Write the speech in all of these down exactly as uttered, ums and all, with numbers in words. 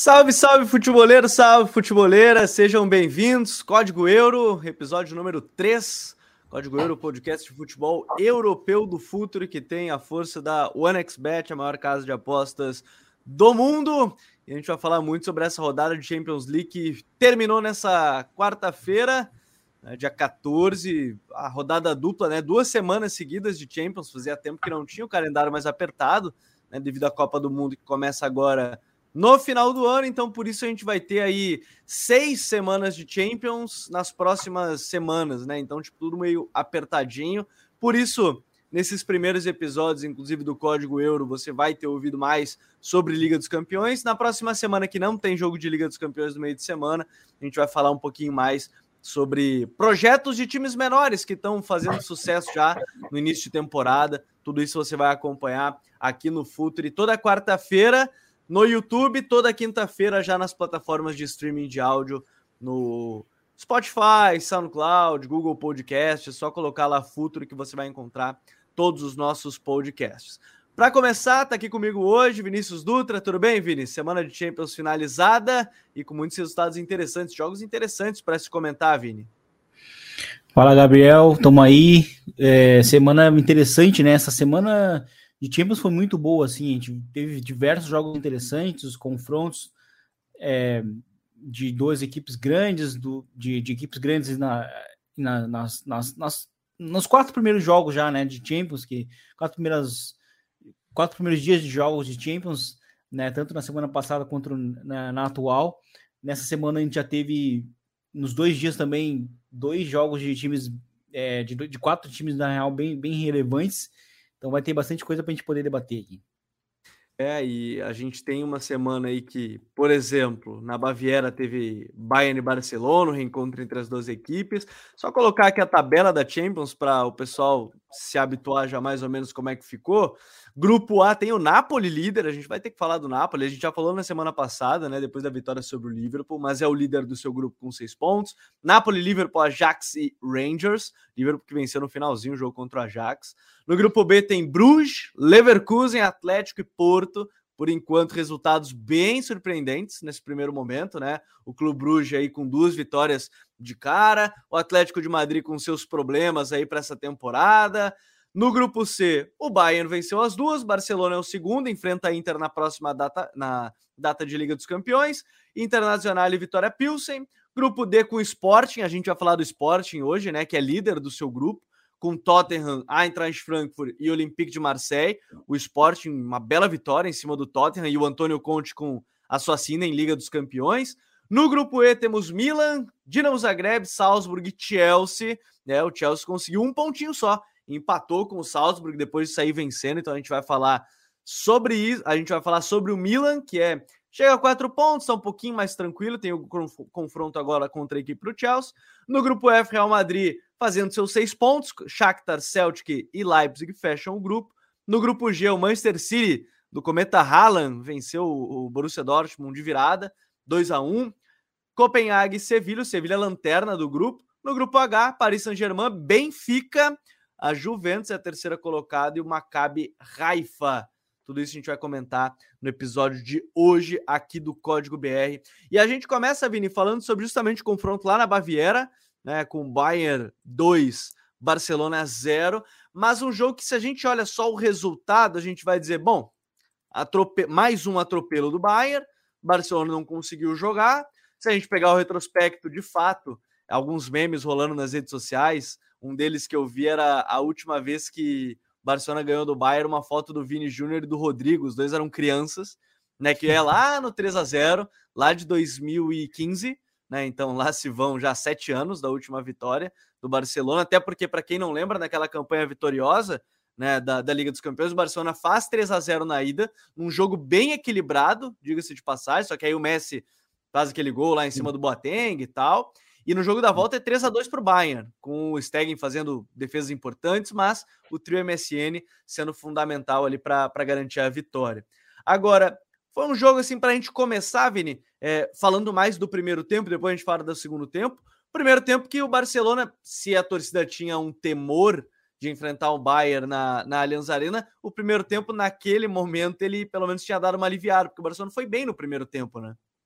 Salve, salve, futeboleiro, salve, futeboleira, sejam bem-vindos. Código Euro, episódio número três. Código Euro, podcast de futebol europeu do futuro, que tem a força da OneXBet, a maior casa de apostas do mundo. E a gente vai falar muito sobre essa rodada de Champions League que terminou nessa quarta-feira, né, dia quatorze, a rodada dupla, né? Duas semanas seguidas de Champions, fazia tempo que não tinha o calendário mais apertado, né, devido à Copa do Mundo que começa agora no final do ano, então por isso a gente vai ter aí seis semanas de Champions nas próximas semanas, né? Então, tipo, tudo meio apertadinho. Por isso, nesses primeiros episódios, inclusive do Código Euro, você vai ter ouvido mais sobre Liga dos Campeões. Na próxima semana, que não tem jogo de Liga dos Campeões no meio de semana, a gente vai falar um pouquinho mais sobre projetos de times menores que estão fazendo sucesso já no início de temporada. Tudo isso você vai acompanhar aqui no Futuri toda quarta-feira, no YouTube, toda quinta-feira já nas plataformas de streaming de áudio, no Spotify, SoundCloud, Google Podcast, é só colocar lá Futuro que você vai encontrar todos os nossos podcasts. Para começar, tá aqui comigo hoje Vinícius Dutra, tudo bem, Vini? Semana de Champions finalizada e com muitos resultados interessantes, jogos interessantes para se comentar, Vini. Fala, Gabriel, tamo aí, é, semana interessante, né? Essa semana de Champions foi muito boa, assim, a gente teve diversos jogos interessantes, os confrontos é, de duas equipes grandes, do, de, de equipes grandes na, na, nas, nas, nas, nos quatro primeiros jogos já, né, de Champions, que quatro, primeiras, quatro primeiros dias de jogos de Champions, né, tanto na semana passada quanto na, na atual. Nessa semana a gente já teve, nos dois dias também, dois jogos de times, é, de, de quatro times na real bem, bem relevantes. Então vai ter bastante coisa para a gente poder debater aqui. É, e a gente tem uma semana aí que, por exemplo, na Baviera teve Bayern e Barcelona, o reencontro entre as duas equipes. Só colocar aqui a tabela da Champions para o pessoal se habituar já mais ou menos como é que ficou. Grupo A tem o Napoli líder, a gente vai ter que falar do Napoli, a gente já falou na semana passada, né, depois da vitória sobre o Liverpool, mas é o líder do seu grupo com seis pontos. Napoli, Liverpool, Ajax e Rangers. Liverpool que venceu no finalzinho o jogo contra o Ajax. No grupo B tem Bruges, Leverkusen, Atlético e Porto. Por enquanto, resultados bem surpreendentes nesse primeiro momento, né? O Clube Bruges aí com duas vitórias de cara, o Atlético de Madrid com seus problemas aí para essa temporada. No grupo C, o Bayern venceu as duas, Barcelona é o segundo, enfrenta a Inter na próxima data, na data de Liga dos Campeões, Internacional e Vitória Pilsen. Grupo D com o Sporting, a gente vai falar do Sporting hoje, né, que é líder do seu grupo, com Tottenham, Eintracht Frankfurt e Olympique de Marseille. O Sporting, uma bela vitória em cima do Tottenham e o Antônio Conte com a sua sina em Liga dos Campeões. No grupo E temos Milan, Dinamo Zagreb, Salzburg e Chelsea. Né, o Chelsea conseguiu um pontinho só, empatou com o Salzburg depois de sair vencendo, então a gente vai falar sobre isso, a gente vai falar sobre o Milan, que é chega a quatro pontos, está um pouquinho mais tranquilo, tem o confronto agora contra a equipe do Chelsea. No grupo F, Real Madrid fazendo seus seis pontos, Shakhtar, Celtic e Leipzig fecham o grupo. No grupo G, o Manchester City, do cometa Haaland, venceu o Borussia Dortmund de virada, dois a um. Copenhague e Sevilha, o Sevilha é lanterna do grupo. No grupo H, Paris Saint-Germain, Benfica, a Juventus é a terceira colocada e o Maccabi Haifa. Tudo isso a gente vai comentar no episódio de hoje aqui do Código B R. E a gente começa, Vini, falando sobre justamente o confronto lá na Baviera, né, com Bayern dois, Barcelona zero. Mas um jogo que, se a gente olha só o resultado, a gente vai dizer, bom, atrope... mais um atropelo do Bayern, Barcelona não conseguiu jogar. Se a gente pegar o retrospecto, de fato, alguns memes rolando nas redes sociais, um deles que eu vi era a última vez que Barcelona ganhou do Bayern, uma foto do Vini Júnior e do Rodrigo, os dois eram crianças, né, que é lá no três a zero, lá de dois mil e quinze, né, então lá se vão já sete anos da última vitória do Barcelona, até porque, para quem não lembra, naquela campanha vitoriosa, né, da, da Liga dos Campeões, o Barcelona faz três a zero na ida, num jogo bem equilibrado, diga-se de passagem, só que aí o Messi faz aquele gol lá em cima do Boateng e tal. E no jogo da volta é três a dois para o Bayern, com o Stegen fazendo defesas importantes, mas o trio M S N sendo fundamental ali para garantir a vitória. Agora, foi um jogo assim para a gente começar, Vini, é, falando mais do primeiro tempo, depois a gente fala do segundo tempo. Primeiro tempo que o Barcelona, se a torcida tinha um temor de enfrentar o Bayern na, na Allianz Arena, o primeiro tempo, naquele momento, ele pelo menos tinha dado uma aliviada, porque o Barcelona foi bem no primeiro tempo, né?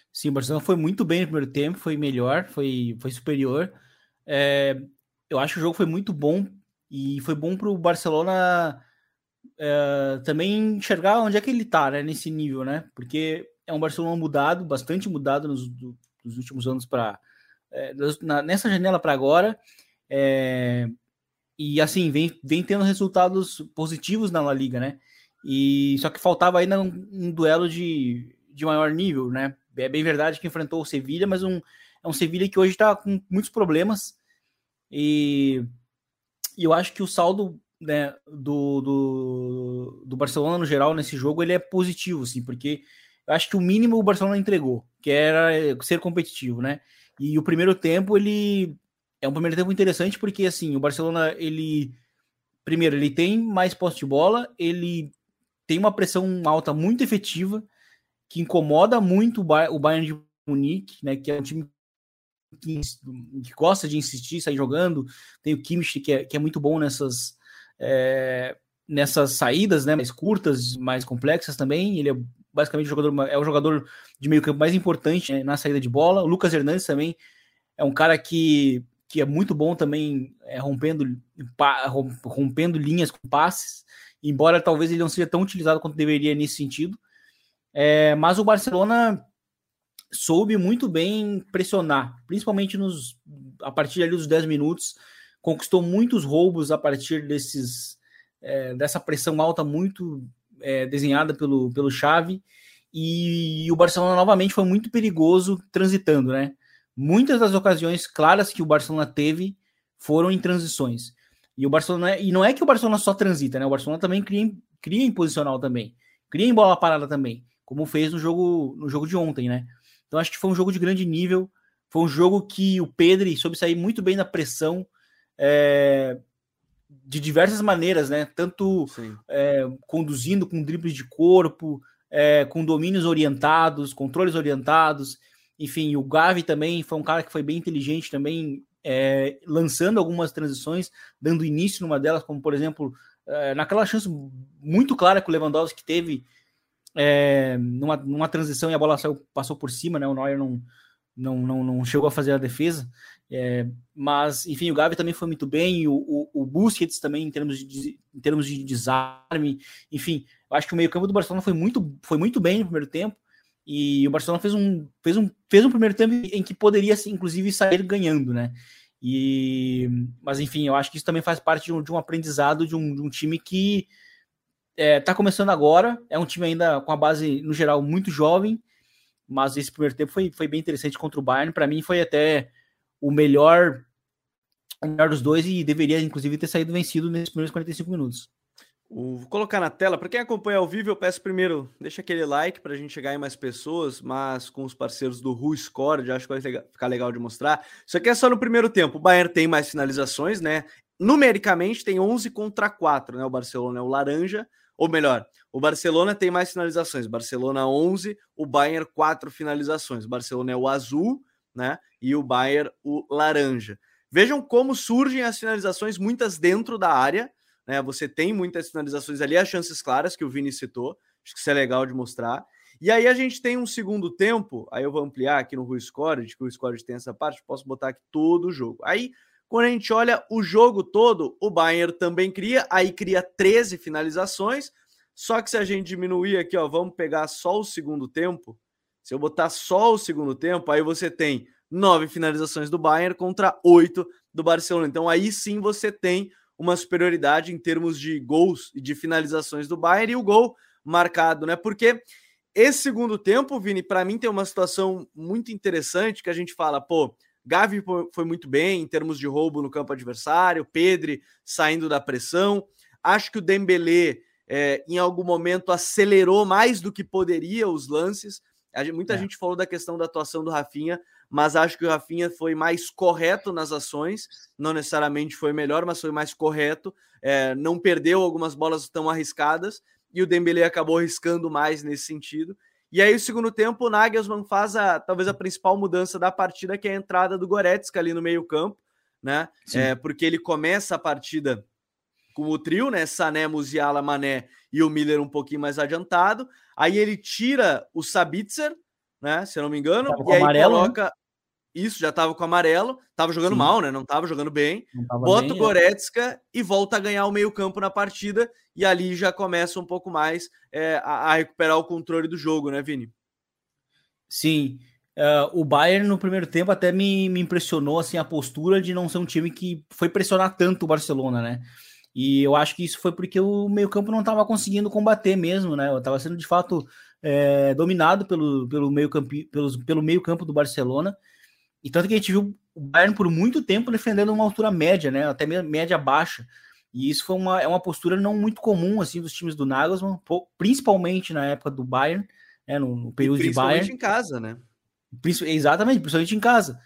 Sim, o Barcelona foi muito bem no primeiro tempo, foi melhor, foi, foi superior. É, eu acho que o jogo foi muito bom e foi bom para o Barcelona é, também enxergar onde é que ele está, né, nesse nível, né? Porque é um Barcelona mudado, bastante mudado nos, do, nos últimos anos para é, nessa janela para agora. É, e assim, vem, vem tendo resultados positivos na La Liga, né? E só que faltava ainda um, um duelo de, de maior nível, né? É bem verdade que enfrentou o Sevilha, mas um, é um Sevilha que hoje está com muitos problemas. E, e eu acho que o saldo, né, do, do, do Barcelona no geral nesse jogo ele é positivo, assim, porque eu acho que o mínimo o Barcelona entregou, que era ser competitivo, né? E o primeiro tempo ele é um primeiro tempo interessante porque assim o Barcelona ele primeiro ele tem mais posse de bola, ele tem uma pressão alta muito efetiva que incomoda muito o Bayern de Munique, né? Que é um time que, que gosta de insistir, sair jogando. Tem o Kimmich, que é, que é muito bom nessas, é, nessas saídas, né, mais curtas, mais complexas também. Ele é basicamente o jogador, é o jogador de meio campo mais importante, né, na saída de bola. O Lucas Hernandes também é um cara que, que é muito bom também, é, rompendo, rompendo linhas com passes, embora talvez ele não seja tão utilizado quanto deveria nesse sentido. É, mas o Barcelona soube muito bem pressionar, principalmente nos, a partir ali dos dez minutos, conquistou muitos roubos a partir desses, é, dessa pressão alta muito é, desenhada pelo, pelo Xavi, e, e o Barcelona novamente foi muito perigoso transitando, né? Muitas das ocasiões claras que o Barcelona teve foram em transições. E o Barcelona, e não é que o Barcelona só transita, né? O Barcelona também cria, cria em posicional também, cria em bola parada também, como fez no jogo, no jogo de ontem, né? Então acho que foi um jogo de grande nível, foi um jogo que o Pedri soube sair muito bem da pressão, é, de diversas maneiras, né? Tanto é, conduzindo com dribles de corpo, é, com domínios orientados, controles orientados, enfim, o Gavi também foi um cara que foi bem inteligente também, é, lançando algumas transições, dando início numa delas, como por exemplo, é, naquela chance muito clara que o Lewandowski teve, É, numa, numa transição e a bola saiu, passou por cima, né? O Neuer não, não, não, não chegou a fazer a defesa, é, mas enfim, o Gavi também foi muito bem, o, o, o Busquets também em termos, de, em termos de desarme, enfim, eu acho que o meio campo do Barcelona foi muito, foi muito bem no primeiro tempo, e o Barcelona fez um, fez um, fez um primeiro tempo em que poderia, inclusive, sair ganhando, né? E, mas enfim, eu acho que isso também faz parte de um, de um aprendizado de um, de um time que É, tá começando agora, é um time ainda com a base, no geral, muito jovem, mas esse primeiro tempo foi, foi bem interessante contra o Bayern. Para mim, foi até o melhor, o melhor dos dois e deveria, inclusive, ter saído vencido nesses primeiros quarenta e cinco minutos. Vou colocar na tela. Para quem acompanha ao vivo, eu peço primeiro, deixa aquele like para a gente chegar em mais pessoas, mas com os parceiros do WhoScored, acho que vai ficar legal de mostrar. Isso aqui é só no primeiro tempo. O Bayern tem mais finalizações, né? Numericamente tem onze contra quatro, né? O Barcelona é o laranja. Ou melhor, o Barcelona tem mais finalizações. Barcelona onze, o Bayern quatro finalizações. O Barcelona é o azul, né? E o Bayern o laranja. Vejam como surgem as finalizações, muitas dentro da área, né? Você tem muitas finalizações ali, as chances claras que o Vini citou. Acho que isso é legal de mostrar. E aí a gente tem um segundo tempo, aí eu vou ampliar aqui no WhoScored, que o WhoScored tem essa parte, posso botar aqui todo o jogo. Aí, quando a gente olha o jogo todo, o Bayern também cria, aí cria treze finalizações, só que se a gente diminuir aqui, ó, vamos pegar só o segundo tempo, se eu botar só o segundo tempo, aí você tem nove finalizações do Bayern contra oito do Barcelona. Então aí sim você tem uma superioridade em termos de gols e de finalizações do Bayern e o gol marcado, né? Porque esse segundo tempo, Vini, para mim tem uma situação muito interessante que a gente fala, pô, Gavi foi muito bem em termos de roubo no campo adversário, Pedri saindo da pressão. Acho que o Dembélé, é, em algum momento, acelerou mais do que poderia os lances. Muita é. gente falou da questão da atuação do Rafinha, mas acho que o Rafinha foi mais correto nas ações, não necessariamente foi melhor, mas foi mais correto, é, não perdeu algumas bolas tão arriscadas, e o Dembélé acabou arriscando mais nesse sentido. E aí, no segundo tempo, o Nagelsmann faz a, talvez a principal mudança da partida, que é a entrada do Goretzka ali no meio campo, né? É, porque ele começa a partida com o trio, né? Sané, Musiala, Mané e o Miller um pouquinho mais adiantado. Aí ele tira o Sabitzer, né? Se eu não me engano, Tava e com aí amarelo, né? coloca. Isso, já tava com amarelo, tava jogando Sim, mal, né? Não tava jogando bem. não tava Bota o bem, é. Goretzka e volta a ganhar o meio-campo na partida, e ali já começa um pouco mais é, a, a recuperar o controle do jogo, né, Vini? Sim. Uh, o Bayern no primeiro tempo até me, me impressionou assim, a postura de não ser um time que foi pressionar tanto o Barcelona, né? E eu acho que isso foi porque o meio-campo não estava conseguindo combater mesmo, né? Estava sendo de fato é, dominado pelo, pelo meio-campo pelo, pelo meio-campo do Barcelona. E tanto que a gente viu o Bayern por muito tempo defendendo uma altura média, né? Até mesmo média baixa. E isso foi uma, é uma postura não muito comum assim dos times do Nagelsmann, principalmente na época do Bayern, né? no, no E período de principalmente Bayern. em casa, né? Exatamente, principalmente em casa.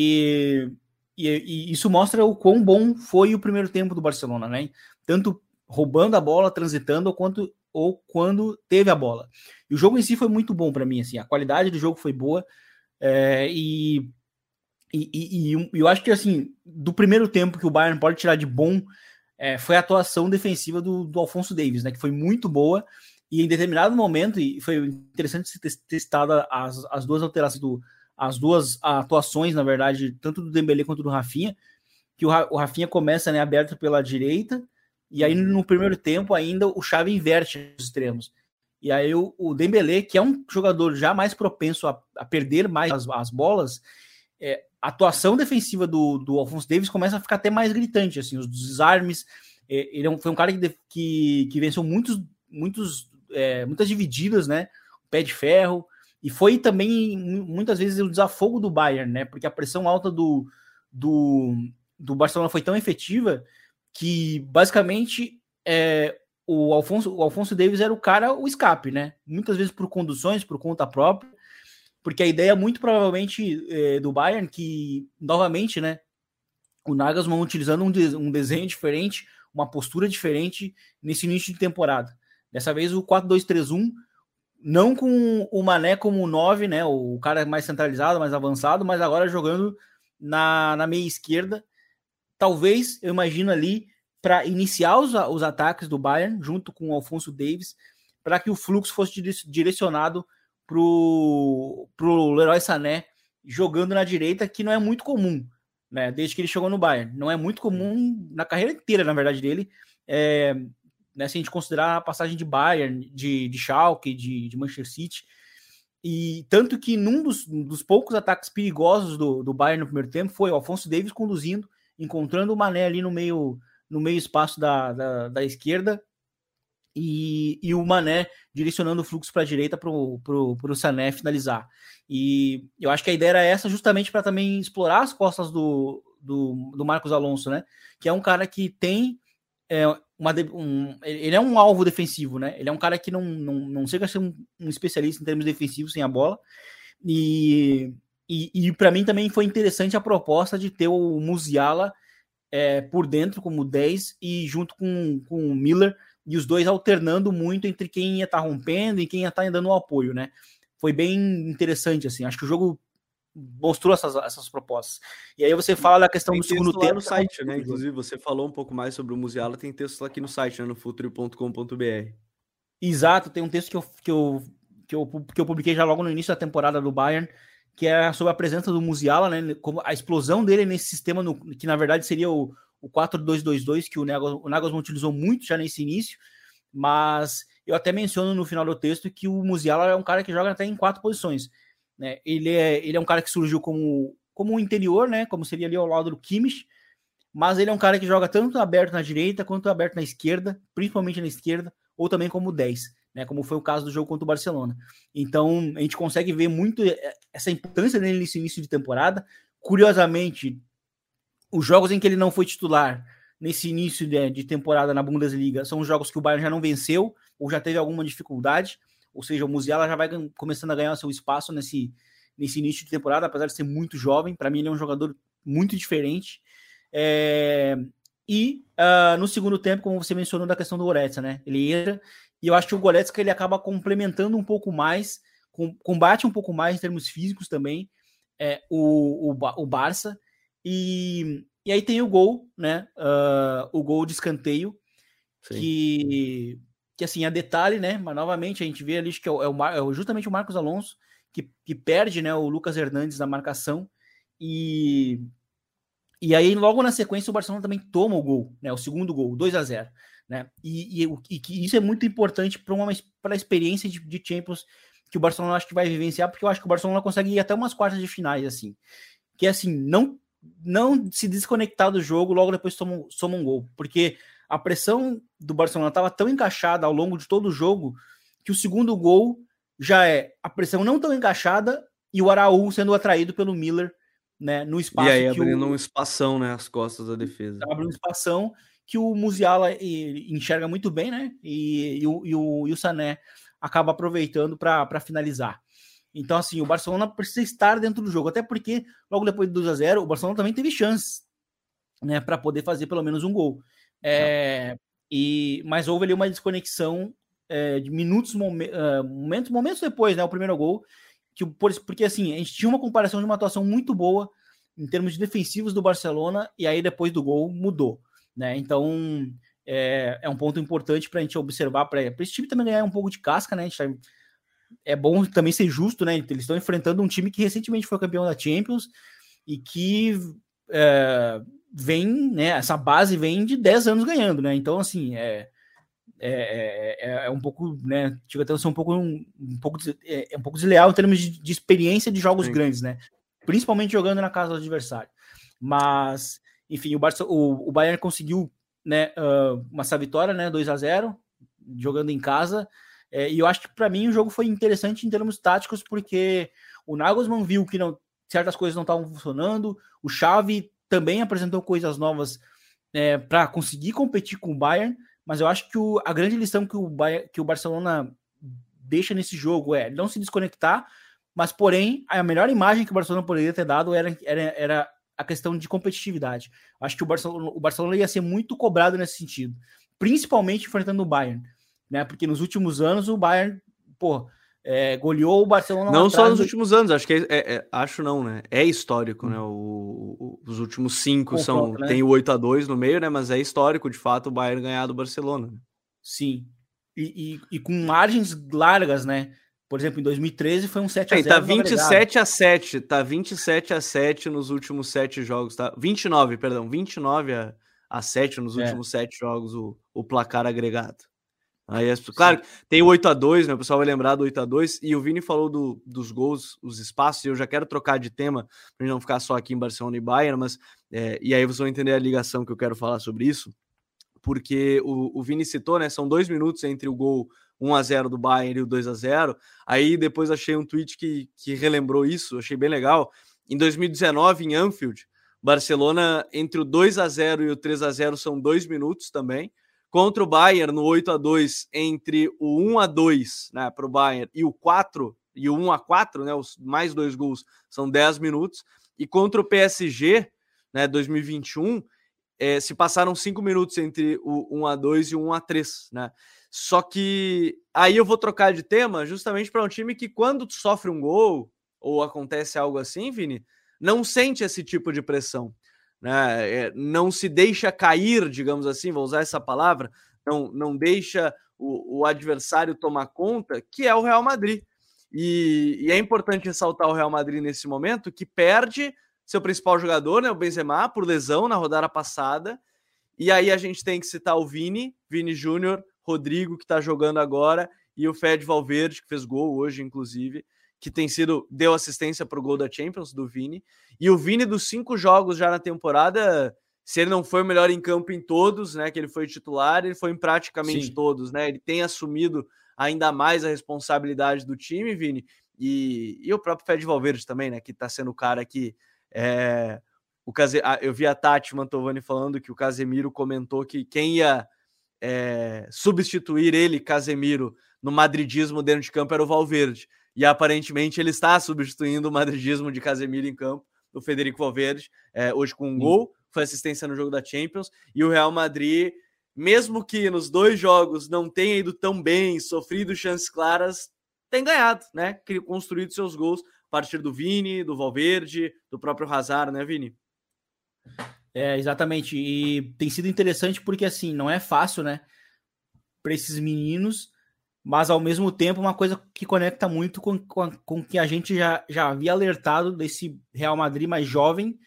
E, e, e, isso mostra o quão bom foi o primeiro tempo do Barcelona, né? Tanto roubando a bola, transitando, quanto ou quando teve a bola. E o jogo em si foi muito bom para mim, assim, a qualidade do jogo foi boa. É, e, e, e, e eu acho que assim, do primeiro tempo que o Bayern pode tirar de bom é, foi a atuação defensiva do, do Alphonso Davies, né? Que foi muito boa. E em determinado momento, e foi interessante ser testada as, as duas alterações, do, as duas atuações, na verdade, tanto do Dembélé quanto do Rafinha, que o, o Rafinha começa, né, aberto pela direita, e aí no primeiro tempo ainda o Xavi inverte os extremos. E aí o, o Dembélé, que é um jogador já mais propenso a, a perder mais as, as bolas, é, a atuação defensiva do, do Alphonso Davies começa a ficar até mais gritante, assim, os desarmes. É, ele é um, foi um cara que, que, que venceu muitos, muitos, é, muitas divididas, né? Pé de ferro. E foi também, muitas vezes, o desafogo do Bayern, né? Porque a pressão alta do, do, do Barcelona foi tão efetiva que, basicamente, é, o, Alphonso, o Alphonso Davies era o cara, o escape, né? Muitas vezes por conduções, por conta própria, porque a ideia muito provavelmente é, do Bayern, que, novamente, né? O Nagelsmann utilizando um, de, um desenho diferente, uma postura diferente nesse início de temporada. Dessa vez o quatro dois três um, não com o Mané como nove, né, o cara mais centralizado, mais avançado, mas agora jogando na, na meia esquerda. Talvez, eu imagino ali, para iniciar os, os ataques do Bayern, junto com o Alphonso Davies, para que o fluxo fosse direcionado para o Leroy Sané, jogando na direita, que não é muito comum, né, desde que ele chegou no Bayern. Não é muito comum na carreira inteira, na verdade, dele. É, né, se a gente considerar a passagem de Bayern, de, de Schalke, de, de Manchester City. E tanto que num dos, dos poucos ataques perigosos do, do Bayern no primeiro tempo foi o Alphonso Davies conduzindo, encontrando o Mané ali no meio, no meio espaço da, da, da esquerda, e, e o Mané direcionando o fluxo para a direita para o Sané finalizar. E eu acho que a ideia era essa, justamente para também explorar as costas do, do, do Marcos Alonso, né? Que é um cara que tem é, uma, um, ele é um alvo defensivo, né? Ele é um cara que não, não, não chega a ser um, um especialista em termos defensivos sem a bola. E, e, e para mim também foi interessante a proposta de ter o Musiala é, por dentro como dez e junto com, com o Miller, e os dois alternando muito entre quem ia estar tá rompendo e quem ia estar tá dando o apoio, né? Foi bem interessante, assim. Acho que o jogo mostrou essas, essas propostas. E aí você fala da questão tem do segundo texto lá tempo. no site, né? Inclusive, você falou um pouco mais sobre o Musiala, tem texto aqui no site, né? No futuri ponto com ponto br. Exato, tem um texto que eu, que, eu, que, eu, que eu publiquei já logo no início da temporada do Bayern, que é sobre a presença do Musiala, né? Como a explosão dele nesse sistema, no, que na verdade seria o, o quatro dois dois dois, que o Nagelsmann utilizou muito já nesse início, mas eu até menciono no final do texto que o Musiala é um cara que joga até em quatro posições. Né? Ele, é, ele é um cara que surgiu como, como um interior, né? Como seria ali ao lado do Kimmich, mas ele é um cara que joga tanto aberto na direita quanto aberto na esquerda, principalmente na esquerda, ou também como dez, né? Como foi o caso do jogo contra o Barcelona. Então, a gente consegue ver muito essa importância dele nesse início de temporada. Curiosamente, os jogos em que ele não foi titular nesse início de, de temporada na Bundesliga são os jogos que o Bayern já não venceu ou já teve alguma dificuldade, ou seja, o Musiala já vai começando a ganhar seu espaço nesse, nesse início de temporada, apesar de ser muito jovem. Para mim ele é um jogador muito diferente. É, e uh, no segundo tempo, como você mencionou da questão do Goretzka, né? Ele entra e eu acho que o Goretzka ele acaba complementando um pouco mais, com, combate um pouco mais em termos físicos também, é, o, o, o Barça. E, e aí tem o gol, né? Uh, o gol de escanteio, Sim. que que assim, a detalhe, né? Mas novamente a gente vê ali que é, o, é, o, é justamente o Marcos Alonso que, que perde, né, o Lucas Hernandes na marcação, e, e aí logo na sequência o Barcelona também toma o gol, né, o segundo gol, dois a zero, né, e, e, e que isso é muito importante para uma para a experiência de, de Champions que o Barcelona acho que vai vivenciar, porque eu acho que o Barcelona consegue ir até umas quartas de finais, assim, que é assim, não, não se desconectar do jogo, logo depois toma, toma um gol, porque a pressão do Barcelona estava tão encaixada ao longo de todo o jogo que o segundo gol já é a pressão não tão encaixada e o Araújo sendo atraído pelo Miller, né, no espaço. E aí que abrindo o... um espação, né, as costas da defesa. Abre um espação que o Musiala enxerga muito bem, né, e, e, o, e, o, e o Sané acaba aproveitando para finalizar. Então, assim, o Barcelona precisa estar dentro do jogo, até porque logo depois do dois a zero, o Barcelona também teve chance, né, para poder fazer pelo menos um gol. É, e, mas houve ali uma desconexão é, de minutos, momen, uh, momentos, momentos depois, né, o primeiro gol, que, porque assim, a gente tinha uma comparação de uma atuação muito boa em termos de defensivos do Barcelona, e aí depois do gol mudou, né, então é, é um ponto importante para a gente observar, para esse time também ganhar um pouco de casca, né, a gente tá, é bom também ser justo, né, eles estão enfrentando um time que recentemente foi campeão da Champions, e que é, vem, né, essa base vem de dez anos ganhando, né, então assim, é, é, é, é um pouco, né, chega até a ser um pouco, um, um pouco, é, é um pouco desleal em termos de, de experiência de jogos Sim. grandes, né, principalmente jogando na casa do adversário, mas, enfim, o, Barça, o, o Bayern conseguiu, né, uh, uma essa vitória, né, dois a zero, jogando em casa, é, e eu acho que para mim o jogo foi interessante em termos táticos, porque o Nagelsmann viu que não, certas coisas não estavam funcionando, o Xavi também apresentou coisas novas é, para conseguir competir com o Bayern, mas eu acho que o, a grande lição que o, Bayern, que o Barcelona deixa nesse jogo é não se desconectar, mas porém a melhor imagem que o Barcelona poderia ter dado era, era, era a questão de competitividade. Acho que o Barcelona, o Barcelona ia ser muito cobrado nesse sentido, principalmente enfrentando o Bayern, né? Porque nos últimos anos o Bayern, pô, é, goleou o Barcelona. Não só nos últimos anos, acho que é, é, é, acho não, né? É histórico, hum. né? O, o, os últimos cinco Confronto, são né? Tem o oito a dois no meio, né? Mas é histórico, de fato, o Bayern ganhar do Barcelona. Sim. E, e, e com margens largas, né? Por exemplo, em dois mil e treze foi um sete a zero. Tá vinte e sete a sete, tá vinte e sete a sete nos últimos sete jogos, tá? vinte e nove, perdão, vinte e nove a sete nos últimos é. sete jogos, o, o placar agregado. Aí, claro, Sim. tem o oito a dois, né? O pessoal vai lembrar do oito a dois, e o Vini falou do, dos gols, os espaços, e eu já quero trocar de tema para não ficar só aqui em Barcelona e Bayern, mas é, e aí vocês vão entender a ligação que eu quero falar sobre isso, porque o, o Vini citou, né? São dois minutos entre o gol um a zero do Bayern e o dois a zero. Aí depois achei um tweet que, que relembrou isso, achei bem legal. Em dois mil e dezenove, em Anfield, Barcelona, entre o dois a zero e o três a zero são dois minutos também. Contra o Bayern, no oito a dois, entre o um a dois, né, para o Bayern, e o quatro, e o um a quatro, né, os mais dois gols, são dez minutos. E contra o P S G, né, dois mil e vinte e um, é, se passaram cinco minutos entre o um a dois e o um a três, né? Só que aí eu vou trocar de tema justamente para um time que, quando sofre um gol ou acontece algo assim, Vini, não sente esse tipo de pressão. Né? Não se deixa cair, digamos assim, vou usar essa palavra, não, não deixa o, o adversário tomar conta, que é o Real Madrid. E, e é importante ressaltar o Real Madrid nesse momento, que perde seu principal jogador, né, o Benzema, por lesão na rodada passada, e aí a gente tem que citar o Vini, Vini Júnior, Rodrigo, que está jogando agora, e o Fede Valverde, que fez gol hoje, inclusive, que tem sido, deu assistência para o gol da Champions, do Vini. E o Vini, dos cinco jogos já na temporada, se ele não foi o melhor em campo em todos, né, que ele foi titular, ele foi em praticamente Sim. todos, né? Ele tem assumido ainda mais a responsabilidade do time, Vini, e, e o próprio Fede Valverde também, né, que está sendo o cara que é, o Case... eu vi a Tati Mantovani falando que o Casemiro comentou que quem ia é, substituir ele, Casemiro, no madridismo dentro de campo era o Valverde. E aparentemente ele está substituindo o madridismo de Casemiro em campo, o Federico Valverde, é, hoje com um Sim. gol, foi assistência no jogo da Champions, e o Real Madrid, mesmo que nos dois jogos não tenha ido tão bem, sofrido chances claras, tem ganhado, né? Construído seus gols a partir do Vini, do Valverde, do próprio Hazard, né, Vini? É, exatamente, e tem sido interessante porque, assim, não é fácil, né, para esses meninos mas ao mesmo tempo uma coisa que conecta muito com, com, com que a gente já, já havia alertado desse Real Madrid mais jovem,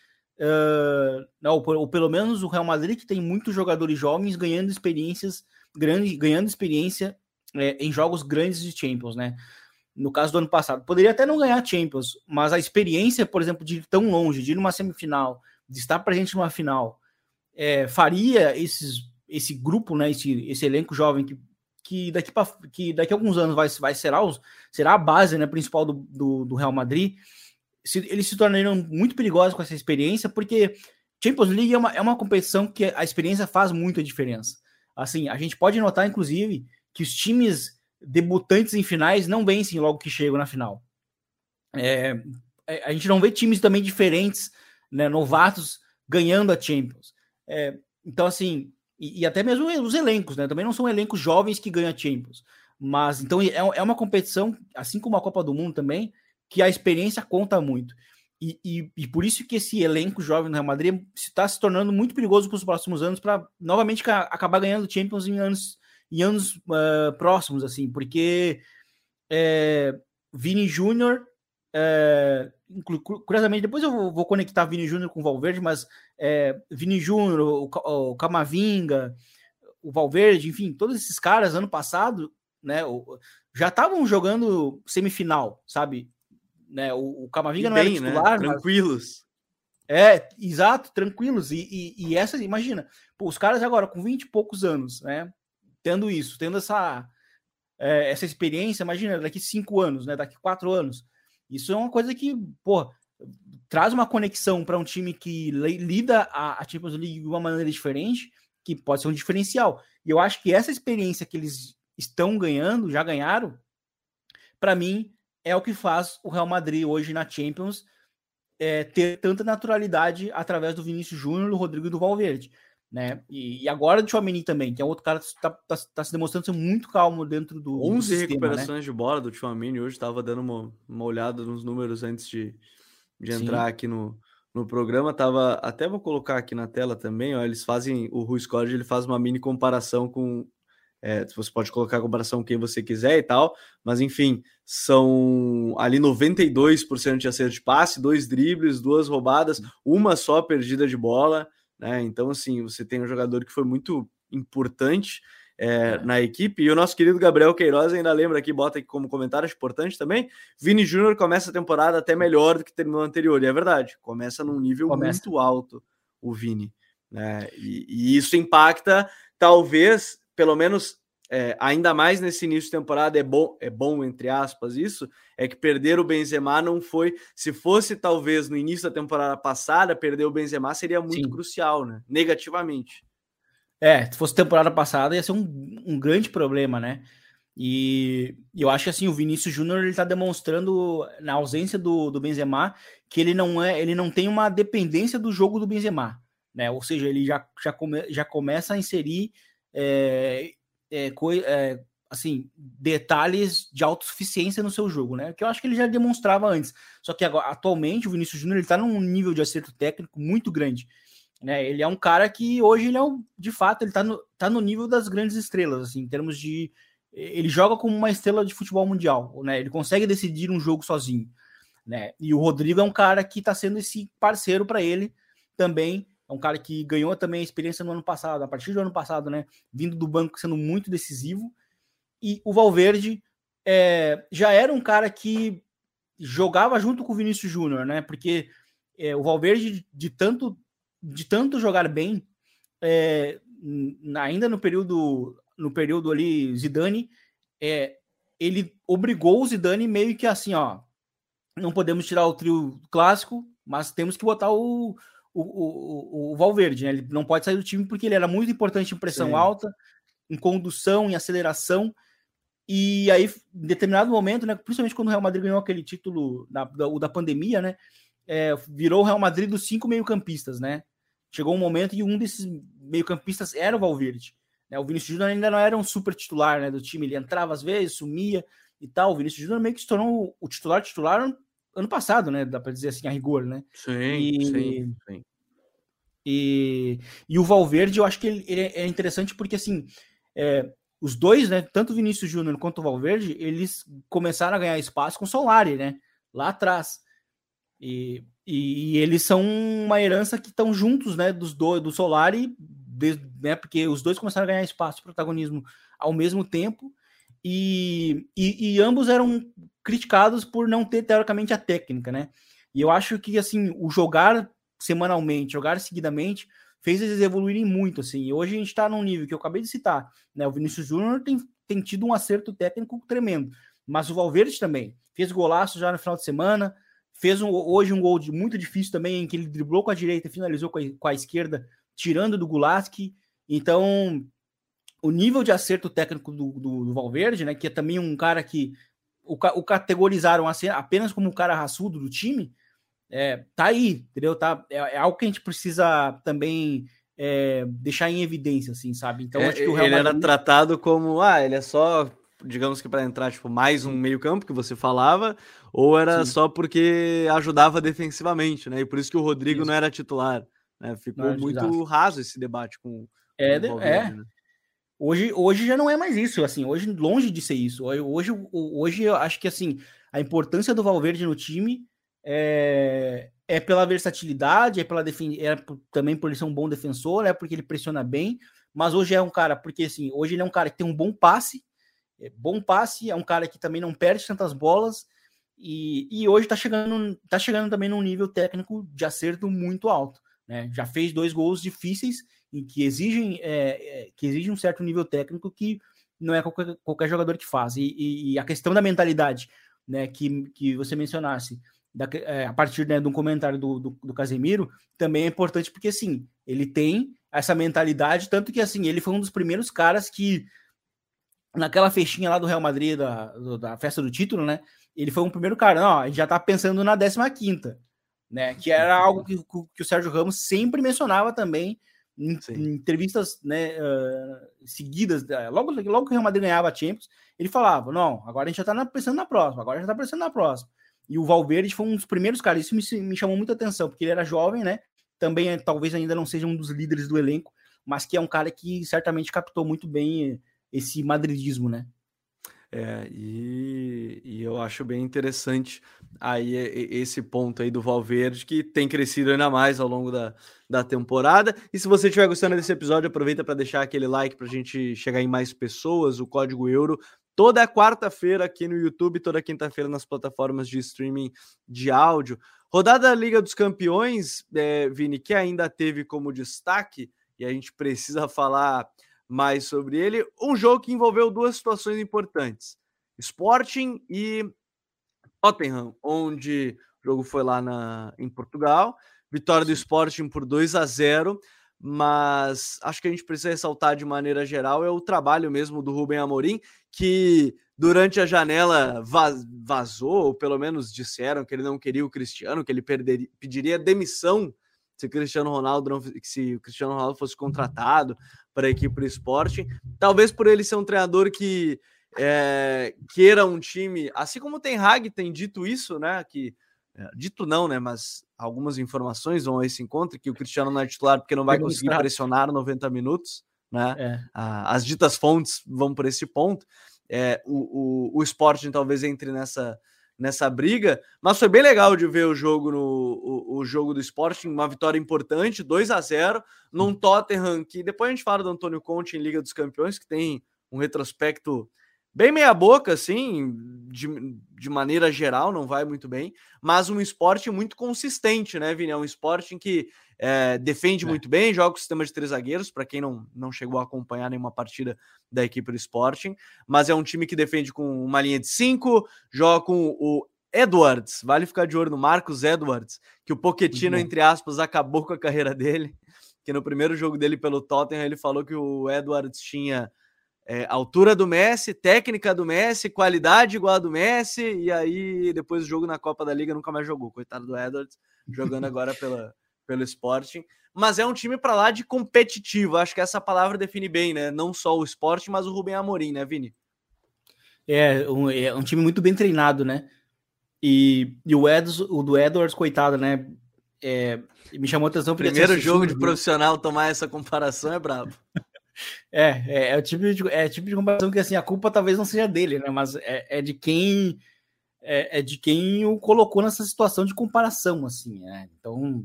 uh, não, ou, ou pelo menos o Real Madrid que tem muitos jogadores jovens ganhando experiências grandes, ganhando experiência é, em jogos grandes de Champions, né? No caso do ano passado, poderia até não ganhar Champions, mas a experiência, por exemplo, de ir tão longe, de ir numa semifinal, de estar presente numa final, é, faria esses, esse grupo, né, esse, esse elenco jovem que, que, daqui pra, que daqui a alguns anos vai, vai será, os, será a base, né, principal do, do, do Real Madrid, se, eles se tornariam muito perigosos com essa experiência, porque Champions League é uma, é uma competição que a experiência faz muita diferença. Assim, a gente pode notar, inclusive, que os times debutantes em finais não vencem logo que chegam na final. É, a gente não vê times também diferentes, né, novatos, ganhando a Champions. É, então, assim, e, e até mesmo os elencos, né, também não são elencos jovens que ganham a Champions. Mas, então, é, é uma competição, assim como a Copa do Mundo também, que a experiência conta muito. E, e, e por isso que esse elenco jovem do Real Madrid está se tornando muito perigoso para os próximos anos, para novamente ca- acabar ganhando Champions em anos em anos uh, próximos, assim, porque é, Vini Júnior, é, curiosamente, depois eu vou, vou conectar Vini Júnior com o Valverde, mas é, Vini Júnior, o, o Camavinga, o Valverde, enfim, todos esses caras, ano passado, né, já estavam jogando semifinal, sabe? Né, o, o Camavinga e não bem, era titular, né? Tranquilos. Mas... É, exato, tranquilos. E, e, e essa, imagina, pô, os caras agora com vinte e poucos anos, né? Tendo isso, tendo essa, é, essa experiência, imagina, daqui cinco anos, né? Daqui quatro anos. Isso é uma coisa que, pô, traz uma conexão para um time que lida a, a Champions League de uma maneira diferente, que pode ser um diferencial. E eu acho que essa experiência que eles estão ganhando, já ganharam, para mim, é o que faz o Real Madrid hoje na Champions é, ter tanta naturalidade através do Vinícius Júnior, do Rodrigo e do Valverde. Né? E, e agora do Tchouaméni também, que é outro cara que está tá, tá se demonstrando ser muito calmo dentro do, do onze sistema, recuperações né? de bola do Tchouaméni hoje, estava dando uma, uma olhada nos números antes de, de entrar Sim. aqui no, no programa, tava, até vou colocar aqui na tela também, ó, eles fazem, o Rui Scord, ele faz uma mini comparação com, é, você pode colocar a comparação com quem você quiser e tal, mas enfim, são ali noventa e dois por cento de acerto de passe, dois dribles, duas roubadas, uma só perdida de bola, né? Então, assim, você tem um jogador que foi muito importante é, é. na equipe, e o nosso querido Gabriel Queiroz ainda lembra aqui, bota aqui como comentário, acho importante também, Vini Júnior começa a temporada até melhor do que terminou a anterior, e é verdade, começa num nível começa. muito alto o Vini, né? E, e isso impacta, talvez, pelo menos, é, ainda mais nesse início de temporada, é bom, é bom, entre aspas, isso, é que perder o Benzema não foi, se fosse talvez no início da temporada passada, perder o Benzema seria muito Sim. crucial, né? Negativamente. É, se fosse temporada passada ia ser um, um grande problema, né? E, e eu acho que assim, o Vinícius Júnior ele tá demonstrando, na ausência do, do Benzema, que ele não é, ele não tem uma dependência do jogo do Benzema, né? Ou seja, ele já, já, come, já começa a inserir é, é, coi, é, assim, detalhes de autossuficiência no seu jogo, né? Que eu acho que ele já demonstrava antes. Só que agora, atualmente, o Vinícius Júnior ele tá num nível de acerto técnico muito grande. Né, ele é um cara que hoje ele é um, de fato, ele tá no, tá no nível das grandes estrelas, assim, em termos de ele joga como uma estrela de futebol mundial, né? Ele consegue decidir um jogo sozinho, né? E o Rodrigo é um cara que tá sendo esse parceiro para ele também, é um cara que ganhou também a experiência no ano passado, a partir do ano passado, né? Vindo do banco sendo muito decisivo. E o Valverde é, já era um cara que jogava junto com o Vinícius Júnior, né? Porque é, o Valverde de tanto de tanto jogar bem, é, ainda no período no período ali Zidane, é, ele obrigou o Zidane meio que assim, ó, não podemos tirar o trio clássico, mas temos que botar o, o, o, o Valverde, né? Ele não pode sair do time porque ele era muito importante em pressão Sim. alta, em condução, em aceleração, e aí, em determinado momento, né, principalmente quando o Real Madrid ganhou aquele título da, da, da pandemia, né, é, virou o Real Madrid dos cinco meio-campistas, né? Chegou um momento em que um desses meio-campistas era o Valverde. Né? O Vinícius Júnior ainda não era um super titular, né, do time, ele entrava às vezes, sumia e tal. O Vinícius Júnior meio que se tornou o titular titular ano, ano passado, né? Dá para dizer assim, a rigor, né? Sim, e, sim, sim. E, e o Valverde, eu acho que ele, ele é interessante porque, assim, é, os dois, né, tanto o Vinícius Júnior quanto o Valverde, eles começaram a ganhar espaço com o Solari, né, lá atrás. E, e, e eles são uma herança que estão juntos, né, dos dois, do Solari, de, né, porque os dois começaram a ganhar espaço, protagonismo ao mesmo tempo, e, e, e ambos eram criticados por não ter, teoricamente, a técnica, né, e eu acho que, assim, o jogar semanalmente, jogar seguidamente, fez eles evoluírem muito, assim, e hoje a gente tá num nível que eu acabei de citar, né, o Vinícius Júnior tem, tem tido um acerto técnico tremendo, mas o Valverde também, fez golaço já no final de semana, fez um, hoje um gol de, muito difícil também, em que ele driblou com a direita e finalizou com a, com a esquerda, tirando do Gulaski. Então, o nível de acerto técnico do, do, do Valverde, né, que é também um cara que o, o categorizaram assim, apenas como um cara raçudo do time, é, tá aí, entendeu? Tá, é, é algo que a gente precisa também é, deixar em evidência, assim, sabe? Então, é, acho que o Real ele Madrid... era tratado como, ah, ele é só, digamos que para entrar, tipo, mais um meio campo que você falava, ou era Sim. só porque ajudava defensivamente, né? E por isso que o Rodrigo isso. não era titular, né? Ficou era, muito exato. raso esse debate com, é, com o Valverde, é. né? Hoje, hoje já não é mais isso, assim, hoje longe de ser isso. Hoje, hoje eu acho que, assim, a importância do Valverde no time é, é pela versatilidade, é, pela defen- é também por ele ser um bom defensor, é porque ele pressiona bem, mas hoje é um cara, porque assim, hoje ele é um cara que tem um bom passe, é bom passe, é um cara que também não perde tantas bolas, e, e hoje tá chegando, tá chegando também num nível técnico de acerto muito alto, né? Já fez dois gols difíceis, em que exigem, é, é, que exigem um certo nível técnico que não é qualquer, qualquer jogador que faz, e, e, e a questão da mentalidade, né, que, que você mencionasse, Da, é, a partir, né, de um comentário do, do, do Casemiro, também é importante porque, assim, ele tem essa mentalidade, tanto que, assim, ele foi um dos primeiros caras que, naquela festinha lá do Real Madrid, da, do, da festa do título, né, ele foi um primeiro cara, não, a gente já tá pensando na décima quinta, né, que era algo que, que o Sérgio Ramos sempre mencionava também, em, em entrevistas, né, uh, seguidas, logo, logo que o Real Madrid ganhava a Champions, ele falava, não, agora a gente já tá na, pensando na próxima, agora já tá pensando na próxima. E o Valverde foi um dos primeiros caras, isso me, me chamou muita atenção, porque ele era jovem, né? Também talvez ainda não seja um dos líderes do elenco, mas que é um cara que certamente captou muito bem esse madridismo, né? É, e, e eu acho bem interessante aí esse ponto aí do Valverde, que tem crescido ainda mais ao longo da, da temporada. E se você estiver gostando desse episódio, aproveita para deixar aquele like para a gente chegar em mais pessoas, o código euro. Toda quarta-feira aqui no YouTube, toda quinta-feira nas plataformas de streaming de áudio. Rodada da Liga dos Campeões, é, Vini, que ainda teve como destaque, e a gente precisa falar mais sobre ele, um jogo que envolveu duas situações importantes. Sporting e Tottenham, onde o jogo foi lá na, em Portugal. Vitória do Sporting por dois a zero. Mas acho que a gente precisa ressaltar de maneira geral é o trabalho mesmo do Rubem Amorim, que durante a janela vazou, ou pelo menos disseram que ele não queria o Cristiano, que ele perderia, pediria demissão se o Cristiano Ronaldo não, se o Cristiano Ronaldo fosse contratado para a equipe do Sporting. Talvez por ele ser um treinador que é, queira um time, assim como o Ten Hag tem dito isso, né? Que dito não, né? Mas algumas informações vão a esse encontro, que o Cristiano não é titular porque não vai conseguir pressionar noventa minutos, né? É. As ditas fontes vão por esse ponto. É, o, o, o Sporting talvez entre nessa, nessa briga, mas foi bem legal de ver o jogo, no, o, o jogo do Sporting, uma vitória importante, dois a zero, num Tottenham que depois a gente fala do Antônio Conte em Liga dos Campeões, que tem um retrospecto bem meia boca, assim, de, de maneira geral, não vai muito bem, mas um Sporting muito consistente, né, Vini? É um Sporting que é, defende é. muito bem, joga com o sistema de três zagueiros, para quem não, não chegou a acompanhar nenhuma partida da equipe do Sporting, mas é um time que defende com uma linha de cinco, joga com o Edwards, vale ficar de olho no Marcos Edwards, que o Pochettino, uhum. entre aspas, acabou com a carreira dele, que no primeiro jogo dele pelo Tottenham, ele falou que o Edwards tinha É, altura do Messi, técnica do Messi, qualidade igual a do Messi, e aí depois do jogo na Copa da Liga nunca mais jogou, coitado do Edwards, jogando agora pela, pelo Sporting, mas é um time para lá de competitivo, acho que essa palavra define bem, né, não só o Sporting, mas o Rubem Amorim, né, Vini? É um, é um time muito bem treinado, né, e, e o, Eds, o do Edwards, coitado, né, é, me chamou a atenção. Primeiro jogo de profissional tomar essa comparação é brabo. É, é, é o tipo de, é o tipo de comparação que assim, a culpa talvez não seja dele, né? Mas é, é de quem é, é de quem o colocou nessa situação de comparação, assim, né? Então,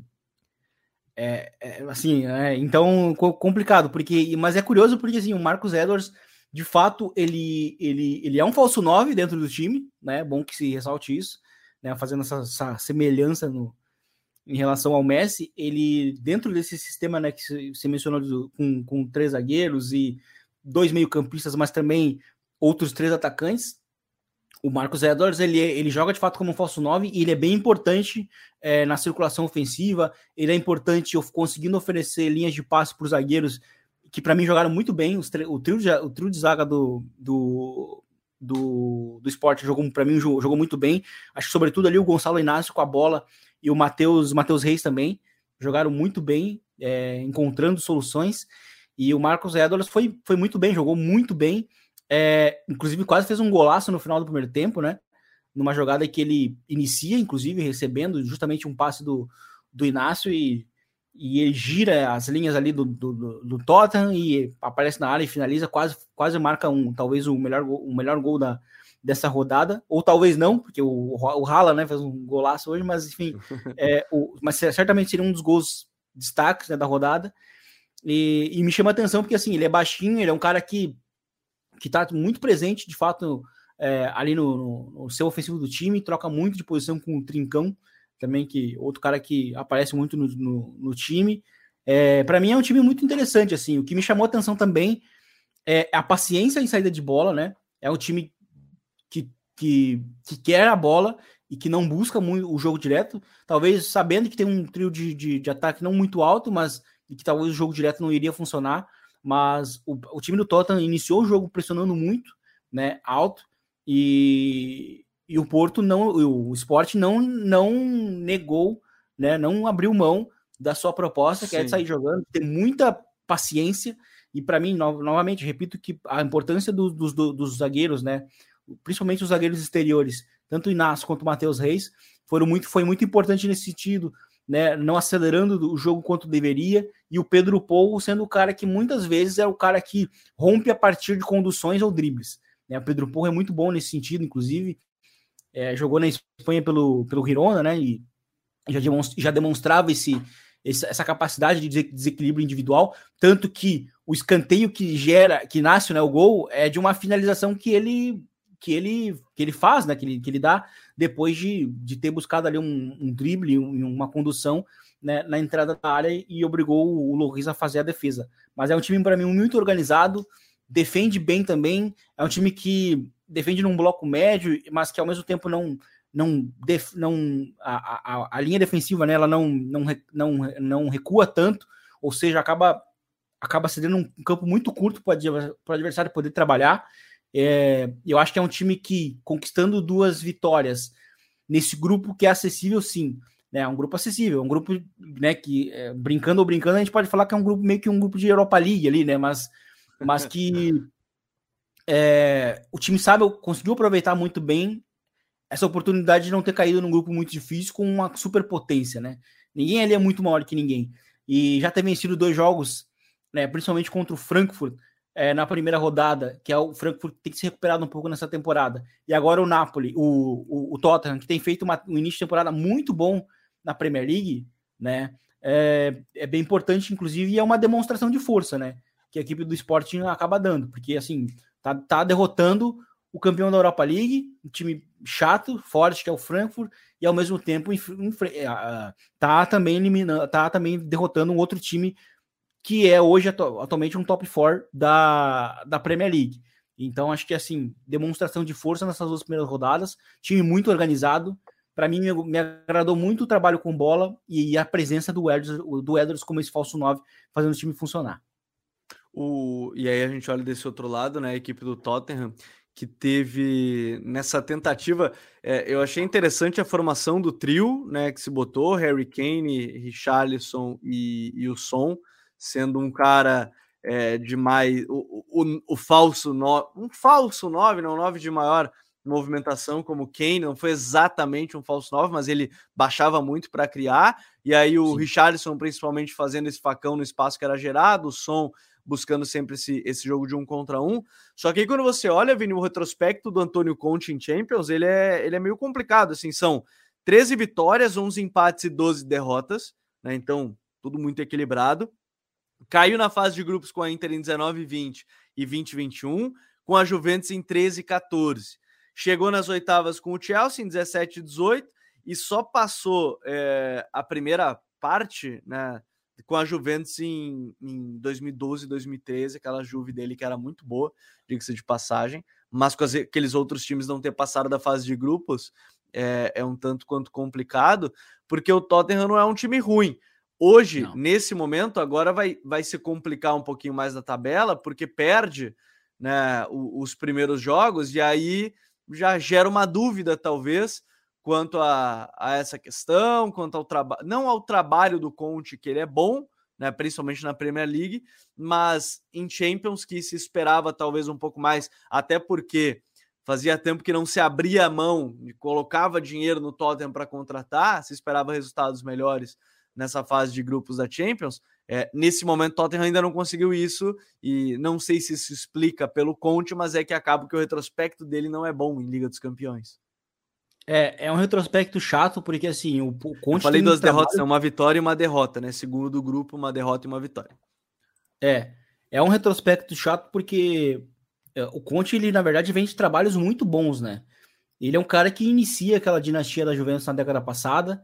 é, é assim, é, então complicado, porque, mas é curioso porque assim, o Marcus Edwards, de fato, ele, ele, ele é um falso nove dentro do time, né? Bom que se ressalte isso, né? Fazendo essa, essa semelhança no em relação ao Messi, ele, dentro desse sistema, né, que você mencionou, do, com, com três zagueiros e dois meio-campistas, mas também outros três atacantes, o Marcus Edwards, ele, ele joga de fato como um falso nove e ele é bem importante é, na circulação ofensiva, ele é importante conseguindo oferecer linhas de passe para os zagueiros, que para mim jogaram muito bem, os, o, trio de, o trio de zaga do, do, do, do Sport jogou, para mim, jogou, jogou muito bem, acho que sobretudo ali o Gonçalo Inácio com a bola, e o Matheus Matheus Reis também jogaram muito bem, é, encontrando soluções, e o Marcus Edwards foi, foi muito bem, jogou muito bem, é, inclusive quase fez um golaço no final do primeiro tempo, né, numa jogada que ele inicia, inclusive, recebendo justamente um passe do, do Inácio, e, e ele gira as linhas ali do, do, do Tottenham, e aparece na área e finaliza, quase, quase marca um, talvez o melhor, o melhor gol da, dessa rodada, ou talvez não, porque o, o Haaland, né, fez um golaço hoje, mas enfim, é, o, mas certamente seria um dos gols destaques, né, da rodada, e, e me chama a atenção porque assim, ele é baixinho, ele é um cara que que está muito presente, de fato, é, ali no, no, no seu ofensivo do time, troca muito de posição com o Trincão, também, que outro cara que aparece muito no, no, no time. É, para mim é um time muito interessante, assim, o que me chamou a atenção também é a paciência em saída de bola, né? É um time que, que, que quer a bola e que não busca muito o jogo direto, talvez sabendo que tem um trio de, de, de ataque não muito alto, mas e que talvez o jogo direto não iria funcionar, mas o, o time do Tottenham iniciou o jogo pressionando muito, né, alto, e, e o Porto não, o Sport não, não negou, né, não abriu mão da sua proposta, que é de sair jogando, ter muita paciência, e para mim, no, novamente, repito que a importância do, dos, do, dos zagueiros, né, principalmente os zagueiros exteriores, tanto o Inácio quanto o Matheus Reis, foram muito, foi muito importante nesse sentido, né, não acelerando o jogo quanto deveria, e o Pedro Paul sendo o cara que muitas vezes é o cara que rompe a partir de conduções ou dribles, né? O Pedro Paul é muito bom nesse sentido, inclusive, é, jogou na Espanha pelo, pelo Girona, né, e já, demonstra, já demonstrava esse, esse, essa capacidade de desequilíbrio individual, tanto que o escanteio que gera, que nasce, né, o gol, é de uma finalização que ele que ele, que ele faz, né, que ele, que ele dá depois de, de ter buscado ali um, um drible, um, uma condução, né, na entrada da área e obrigou o Lloris a fazer a defesa. Mas é um time, para mim, muito organizado, defende bem também, é um time que defende num bloco médio, mas que ao mesmo tempo não, não, def, não a, a, a linha defensiva, né, ela não, não, não, não recua tanto, ou seja, acaba, acaba cedendo um campo muito curto para o adversário poder trabalhar. É, eu acho que é um time que, conquistando duas vitórias nesse grupo que é acessível, sim, né, é um grupo acessível, um grupo, né, que, é, brincando ou brincando, a gente pode falar que é um grupo meio que um grupo de Europa League ali, né, mas, mas que é, o time sabe, conseguiu aproveitar muito bem essa oportunidade de não ter caído num grupo muito difícil com uma superpotência, né, ninguém ali é muito maior que ninguém, e já ter vencido dois jogos, né, principalmente contra o Frankfurt, É, na primeira rodada, que é o Frankfurt, tem que se recuperar um pouco nessa temporada, e agora o Napoli, o, o, o Tottenham, que tem feito uma, um início de temporada muito bom na Premier League, né, é, é bem importante, inclusive, e é uma demonstração de força, né, que a equipe do Sporting acaba dando, porque, assim, tá, tá derrotando o campeão da Europa League, um time chato, forte, que é o Frankfurt, e ao mesmo tempo tá também eliminando, tá também derrotando um outro time que é hoje atu- atualmente um top quatro da, da Premier League. Então, acho que, assim, demonstração de força nessas duas primeiras rodadas, time muito organizado. Para mim, me, me agradou muito o trabalho com bola e a presença do Edwards, do Edwards como esse falso nove, fazendo o time funcionar. O, e aí a gente olha desse outro lado, né, a equipe do Tottenham, que teve nessa tentativa, é, eu achei interessante a formação do trio, né, que se botou, Harry Kane, Richarlison e, e o Son, sendo um cara é, de mais, o, o, o falso nove, um falso nove, não, nove de maior movimentação como o Kane, não foi exatamente um falso nove, mas ele baixava muito para criar, e aí o Sim. Richarlison principalmente fazendo esse facão no espaço que era gerado, o Son buscando sempre esse, esse jogo de um contra um. Só que aí quando você olha, Vini, o retrospecto do Antônio Conte em Champions, ele é, ele é meio complicado, assim, são treze vitórias, onze empates e doze derrotas, né? Então, tudo muito equilibrado. Caiu na fase de grupos com a Inter em dezenove e vinte e vinte e vinte e um, com a Juventus em treze e quatorze. Chegou nas oitavas com o Chelsea em dezessete e dezoito e só passou é, a primeira parte, né, com a Juventus em, em dois mil e doze, dois mil e treze, aquela Juve dele que era muito boa, diga-se de passagem, mas com as, aqueles outros times não ter passado da fase de grupos é, é um tanto quanto complicado, porque o Tottenham não é um time ruim. Hoje, não. Nesse momento, agora vai, vai se complicar um pouquinho mais na tabela, porque perde, né, os, os primeiros jogos, e aí já gera uma dúvida, talvez, quanto a, a essa questão, quanto ao trabalho, não ao trabalho do Conte, que ele é bom, né, principalmente na Premier League, mas em Champions, que se esperava talvez um pouco mais, até porque fazia tempo que não se abria a mão e colocava dinheiro no Tottenham para contratar, se esperava resultados melhores nessa fase de grupos da Champions. É, nesse momento o Tottenham ainda não conseguiu isso e não sei se isso explica pelo Conte, mas é que acaba que o retrospecto dele não é bom em Liga dos Campeões. É, é um retrospecto chato, porque assim, o, o Conte. Eu falei tem duas um derrotas, trabalho... é uma vitória e uma derrota, né? Segundo do grupo, uma derrota e uma vitória. É, é um retrospecto chato porque é, o Conte, ele na verdade vem de trabalhos muito bons, né? Ele é um cara que inicia aquela dinastia da Juventus na década passada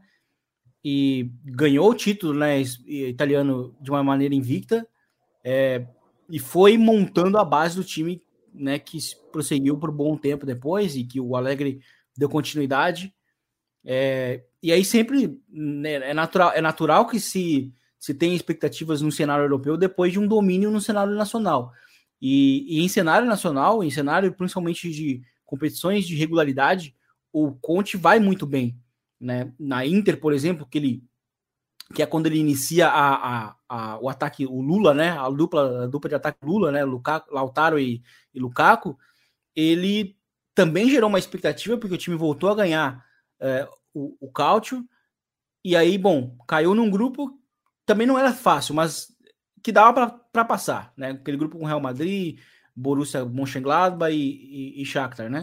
e ganhou o título, né, italiano de uma maneira invicta, é, e foi montando a base do time, né, que prosseguiu por um bom tempo depois e que o Allegri deu continuidade. É, e aí sempre, né, é, natural, é natural que se, se tem expectativas no cenário europeu depois de um domínio no cenário nacional. E, e em cenário nacional, em cenário principalmente de competições de regularidade, o Conte vai muito bem. Né? Na Inter, por exemplo, que, ele, que é quando ele inicia a, a, a, o ataque, o Lula, né? A dupla, a dupla de ataque Lula, né? Lukaku, Lautaro e, e Lukaku, ele também gerou uma expectativa, porque o time voltou a ganhar é, o, o Calcio, e aí, bom, caiu num grupo, também não era fácil, mas que dava para passar, né? Aquele grupo com Real Madrid, Borussia Mönchengladbach e, e, e Shakhtar, né?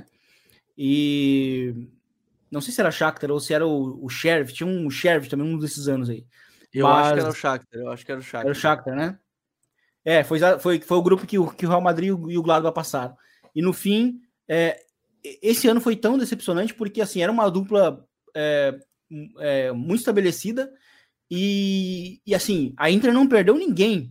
E não sei se era Shakhtar ou se era o, o Sheriff, tinha um Sheriff também, um desses anos aí. Eu Mas... acho que era o Shakhtar, eu acho que era o Shakhtar. Era o Shakhtar, né? É, foi, foi, foi o grupo que o, que o Real Madrid e o Gladbach passaram. E no fim, é, esse ano foi tão decepcionante porque, assim, era uma dupla é, é, muito estabelecida e, e, assim, a Inter não perdeu ninguém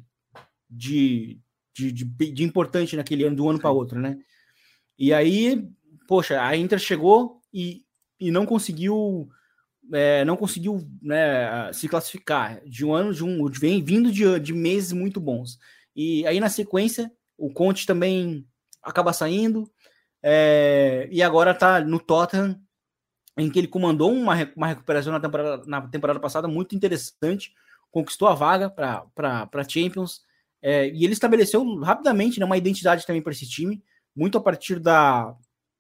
de, de, de, de importante naquele ano, de um ano para outro, né? E aí, poxa, a Inter chegou e e não conseguiu é, não conseguiu né, se classificar de um ano de um vem vindo de, de meses muito bons. E aí na sequência o Conte também acaba saindo é, e agora está no Tottenham, em que ele comandou uma, uma recuperação na temporada, na temporada passada muito interessante, conquistou a vaga para Champions é, e ele estabeleceu rapidamente, né, uma identidade também para esse time, muito a partir da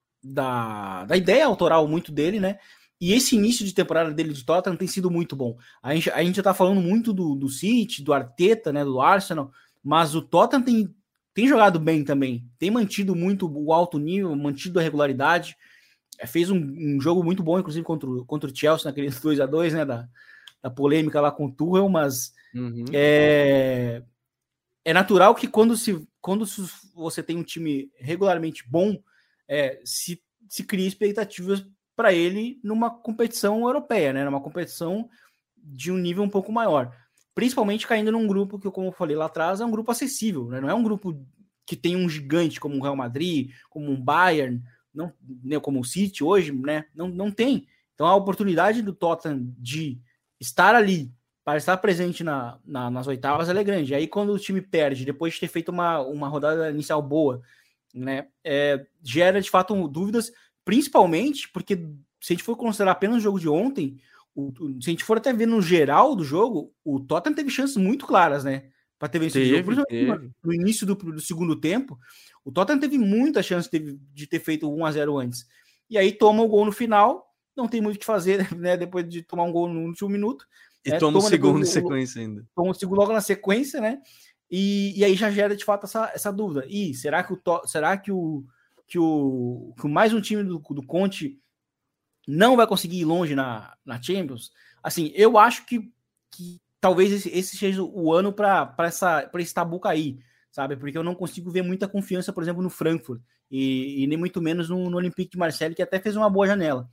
Da, da ideia autoral muito dele, né? E esse início de temporada dele de Tottenham tem sido muito bom. A gente, a gente já tá falando muito do, do City, do Arteta, né? Do Arsenal, mas o Tottenham tem, tem jogado bem também. Tem mantido muito o alto nível, mantido a regularidade. É, fez um, um jogo muito bom, inclusive, contra, contra o Chelsea, naquele dois a dois, né? Da, da polêmica lá com o Tuchel, mas uhum. é, é natural que quando, se, quando você tem um time regularmente bom, É, se, se cria expectativas para ele numa competição europeia, né? Numa competição de um nível um pouco maior. Principalmente caindo num grupo que, como eu falei lá atrás, é um grupo acessível, né? Não é um grupo que tem um gigante como o Real Madrid, como um Bayern, não, né, como o City hoje, né? Não, não tem. Então a oportunidade do Tottenham de estar ali, para estar presente na, na, nas oitavas, ela é grande. Aí quando o time perde, depois de ter feito uma, uma rodada inicial boa, né, é, gera de fato dúvidas, principalmente porque se a gente for considerar apenas o jogo de ontem, o, o, se a gente for até ver no geral do jogo, o Tottenham teve chances muito claras, né, para ter vencido teve, o jogo. teve. No início do, do segundo tempo, o Tottenham teve muita chance de, de ter feito um a zero antes, e aí toma o gol no final, não tem muito o que fazer, né, depois de tomar um gol no último minuto, e né, toma o segundo em depois, sequência ainda, toma o segundo logo na sequência, né. E, e aí já gera de fato essa, essa dúvida. E será que o será que o que o que mais um time do, do Conte não vai conseguir ir longe na, na Champions? Assim, eu acho que, que talvez esse, esse seja o ano para esse tabu cair, sabe? Porque eu não consigo ver muita confiança, por exemplo, no Frankfurt e, e nem muito menos no, no Olympique de Marseille, que até fez uma boa janela.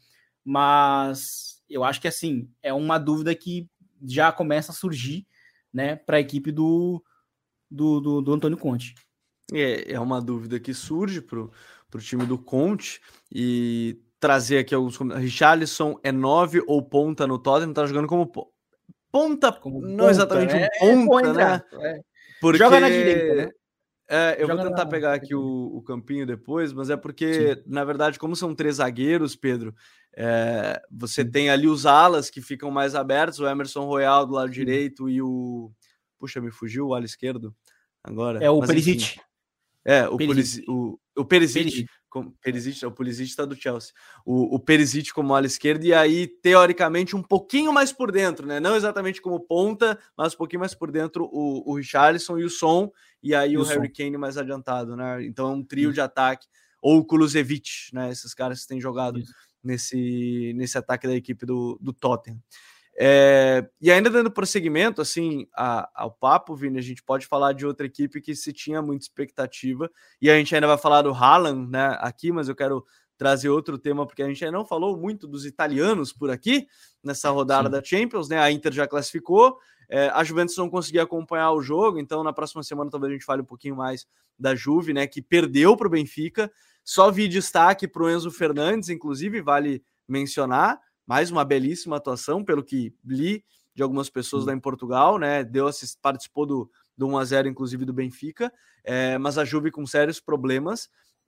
Mas eu acho que assim é uma dúvida que já começa a surgir, né, para a equipe do, do, do, do Antônio Conte. É, é uma dúvida que surge para o time do Conte, e trazer aqui alguns comentários. Richarlison é nove ou ponta no Tottenham, tá jogando como ponta, como não ponta, exatamente um é, ponta, é, né? É. Porque... Joga na direita, né? É, eu Joga vou tentar na... pegar aqui o, o campinho depois, mas é porque, Sim. na verdade, como são três zagueiros, Pedro, é, você Sim. tem ali os alas que ficam mais abertos, o Emerson Royal do lado Sim. direito e o... Puxa, me fugiu o ala esquerdo agora. É o mas, Perisic. É, o Perisic. O, o Perisic, com, Perisic, o Perisic está do Chelsea. O, o Perisic como ala esquerda, e aí, teoricamente, um pouquinho mais por dentro, né? Não exatamente como ponta, mas um pouquinho mais por dentro o, o Richarlison e o Son, e aí e o, o Harry Kane mais adiantado, né? Então é um trio Isso. de ataque, ou o Kulusevich, né? Esses caras que têm jogado nesse, nesse ataque da equipe do, do Tottenham. É, e ainda dando prosseguimento assim, a, ao papo, Vini, a gente pode falar de outra equipe que se tinha muita expectativa, e a gente ainda vai falar do Haaland, né, aqui, mas eu quero trazer outro tema, porque a gente ainda não falou muito dos italianos por aqui, nessa rodada Sim. da Champions, né, a Inter já classificou, é, a Juventus não conseguiu acompanhar o jogo, então na próxima semana talvez a gente fale um pouquinho mais da Juve, né, que perdeu para o Benfica. Só vi destaque para o Enzo Fernandes, inclusive, vale mencionar, mais uma belíssima atuação, pelo que li de algumas pessoas Sim. lá em Portugal, né? Deu assist, participou do, do um a zero, inclusive, do Benfica, é, mas a Juve com sérios problemas.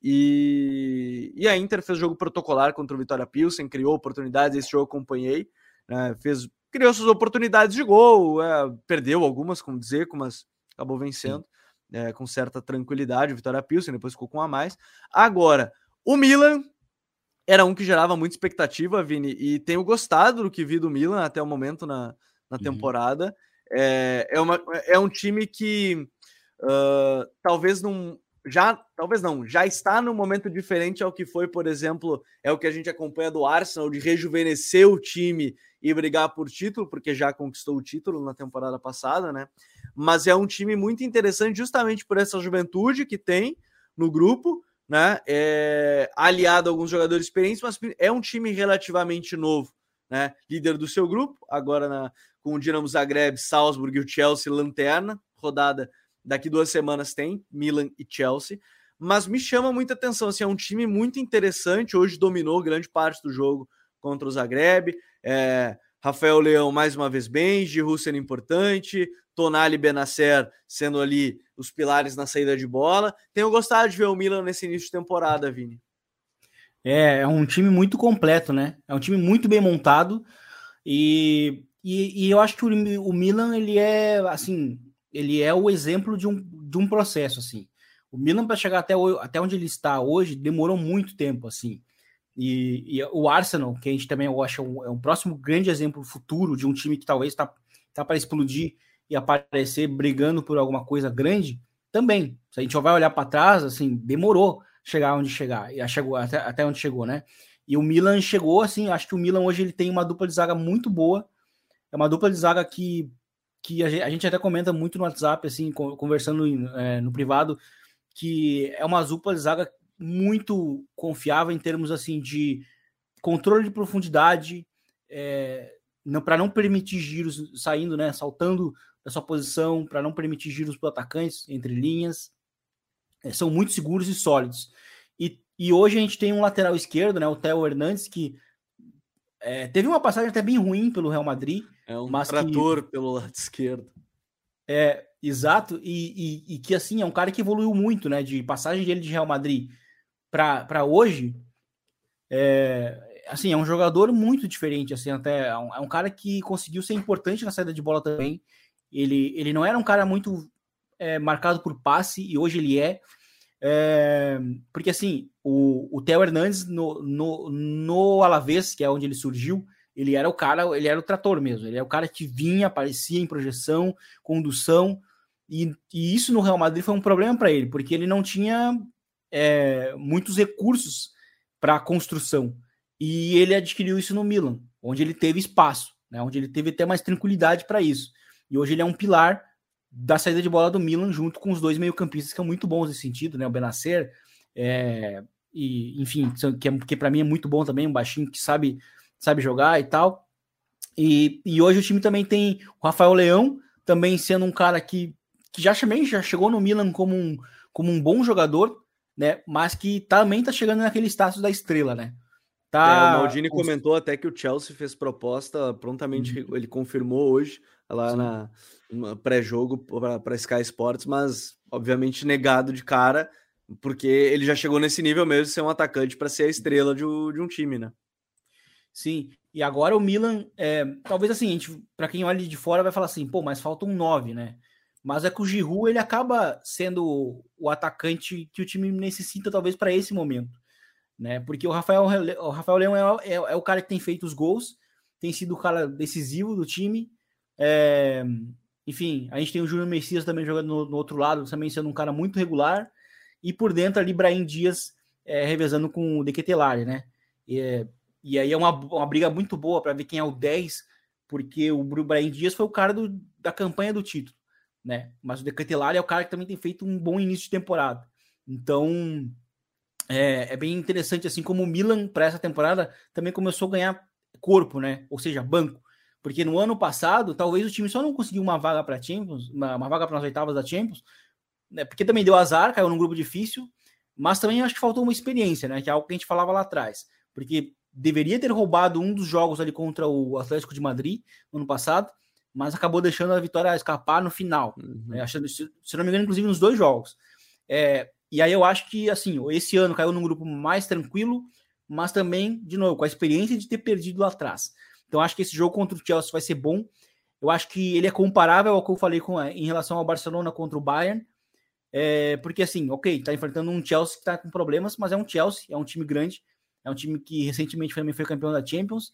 E, e a Inter fez jogo protocolar contra o Vitória Pilsen, criou oportunidades, esse jogo eu acompanhei, né? fez, criou suas oportunidades de gol, é, perdeu algumas, como dizer, mas acabou vencendo é, com certa tranquilidade. O Vitória Pilsen depois ficou com um a mais. Agora, o Milan era um que gerava muita expectativa, Vini, e tenho gostado do que vi do Milan até o momento na, na temporada. Uhum. É, é, uma, é um time que uh, talvez não... Já, talvez não, já está num momento diferente ao que foi, por exemplo, é o que a gente acompanha do Arsenal, de rejuvenescer o time e brigar por título, porque já conquistou o título na temporada passada, né? Mas é um time muito interessante justamente por essa juventude que tem no grupo, né? É, aliado a alguns jogadores experientes, mas é um time relativamente novo, né? Líder do seu grupo, agora na, com o Dinamo Zagreb, Salzburg e o Chelsea lanterna, rodada daqui duas semanas tem Milan e Chelsea, mas me chama muita atenção, assim, é um time muito interessante, hoje dominou grande parte do jogo contra o Zagreb, é, Rafael Leão mais uma vez bem, Giroud sendo importante, Tonali e Benacer sendo ali os pilares na saída de bola. Tenho gostado de ver o Milan nesse início de temporada, Vini. É, é um time muito completo, né? É um time muito bem montado e, e, e eu acho que o, o Milan, ele é, assim, ele é o exemplo de um, de um processo, assim. O Milan, para chegar até, o, até onde ele está hoje, demorou muito tempo, assim. E, e o Arsenal, que a gente também eu acho é um, é um próximo grande exemplo futuro de um time que talvez está tá para explodir e aparecer brigando por alguma coisa grande, também. Se a gente só vai olhar para trás, assim, demorou chegar onde chegar, e chegou até, até onde chegou, né? E o Milan chegou, assim, acho que o Milan hoje ele tem uma dupla de zaga muito boa, é uma dupla de zaga que, que a, gente, a gente até comenta muito no WhatsApp, assim, conversando é, no privado, que é uma dupla de zaga muito confiável em termos, assim, de controle de profundidade, é, não, para não permitir giros saindo, né, saltando da sua posição, para não permitir giros para atacantes entre linhas, é, são muito seguros e sólidos. E, e hoje a gente tem um lateral esquerdo, né, o Theo Hernandes, que é, teve uma passagem até bem ruim pelo Real Madrid. É um mas trator que, pelo lado esquerdo. É, exato, e, e, e que assim, é um cara que evoluiu muito, né, de passagem dele de Real Madrid para hoje. É, assim, é um jogador muito diferente, assim, até é um, é um cara que conseguiu ser importante na saída de bola também. Ele, ele não era um cara muito é, marcado por passe, e hoje ele é, é porque assim, o, o Theo Hernandes no, no, no Alavés, que é onde ele surgiu, ele era o cara, ele era o trator mesmo, ele é o cara que vinha, aparecia em projeção, condução, E, e isso no Real Madrid foi um problema para ele, porque ele não tinha é, muitos recursos para construção. E ele adquiriu isso no Milan, onde ele teve espaço, né, onde ele teve até mais tranquilidade para isso. E hoje ele é um pilar da saída de bola do Milan, junto com os dois meio-campistas que são muito bons nesse sentido, né? O Benacer, é, e, enfim, que, é, que para mim é muito bom também, um baixinho que sabe, sabe jogar e tal. E, e hoje o time também tem o Rafael Leão, também sendo um cara que, que já, chamei, já chegou no Milan como um, como um bom jogador, né? Mas que também tá chegando naquele status da estrela, né? Tá, é, o Maldini os... comentou até que o Chelsea fez proposta prontamente, uhum. Ele confirmou hoje, lá Sim. na pré-jogo para Sky Sports, mas obviamente negado de cara, porque ele já chegou nesse nível mesmo de ser um atacante para ser a estrela de, de um time, né? Sim, e agora o Milan, é, talvez assim, para quem olha de fora vai falar assim, pô, mas falta um nove, né? Mas é que o Giroud, ele acaba sendo o atacante que o time necessita talvez para esse momento, né? Porque o Rafael, o Rafael Leão é, é, é o cara que tem feito os gols, tem sido o cara decisivo do time, é, enfim, a gente tem o Júnior Messias também jogando no, no outro lado, também sendo um cara muito regular, e por dentro ali Brahim Dias é, revezando com o De Ketelaere, né? E, é, e aí é uma, uma briga muito boa para ver quem é o dez, porque o Brahim Dias foi o cara do, da campanha do título, né? Mas o De Ketelaere é o cara que também tem feito um bom início de temporada. Então é, é bem interessante, assim como o Milan para essa temporada também começou a ganhar corpo, né? Ou seja, banco. Porque no ano passado, talvez o time só não conseguiu uma vaga para Champions, uma, uma vaga para as oitavas da Champions, né? Porque também deu azar, caiu num grupo difícil, mas também acho que faltou uma experiência, né? Que é algo que a gente falava lá atrás. Porque deveria ter roubado um dos jogos ali contra o Atlético de Madrid no ano passado, mas acabou deixando a vitória escapar no final. Uhum. Né? Achando, se, se não me engano, inclusive nos dois jogos. É, e aí eu acho que, assim, esse ano caiu num grupo mais tranquilo, mas também, de novo, com a experiência de ter perdido lá atrás. Então, acho que esse jogo contra o Chelsea vai ser bom. Eu acho que ele é comparável ao que eu falei com, em relação ao Barcelona contra o Bayern. É, porque, assim, ok, tá enfrentando um Chelsea que tá com problemas, mas é um Chelsea, é um time grande, é um time que recentemente também foi campeão da Champions.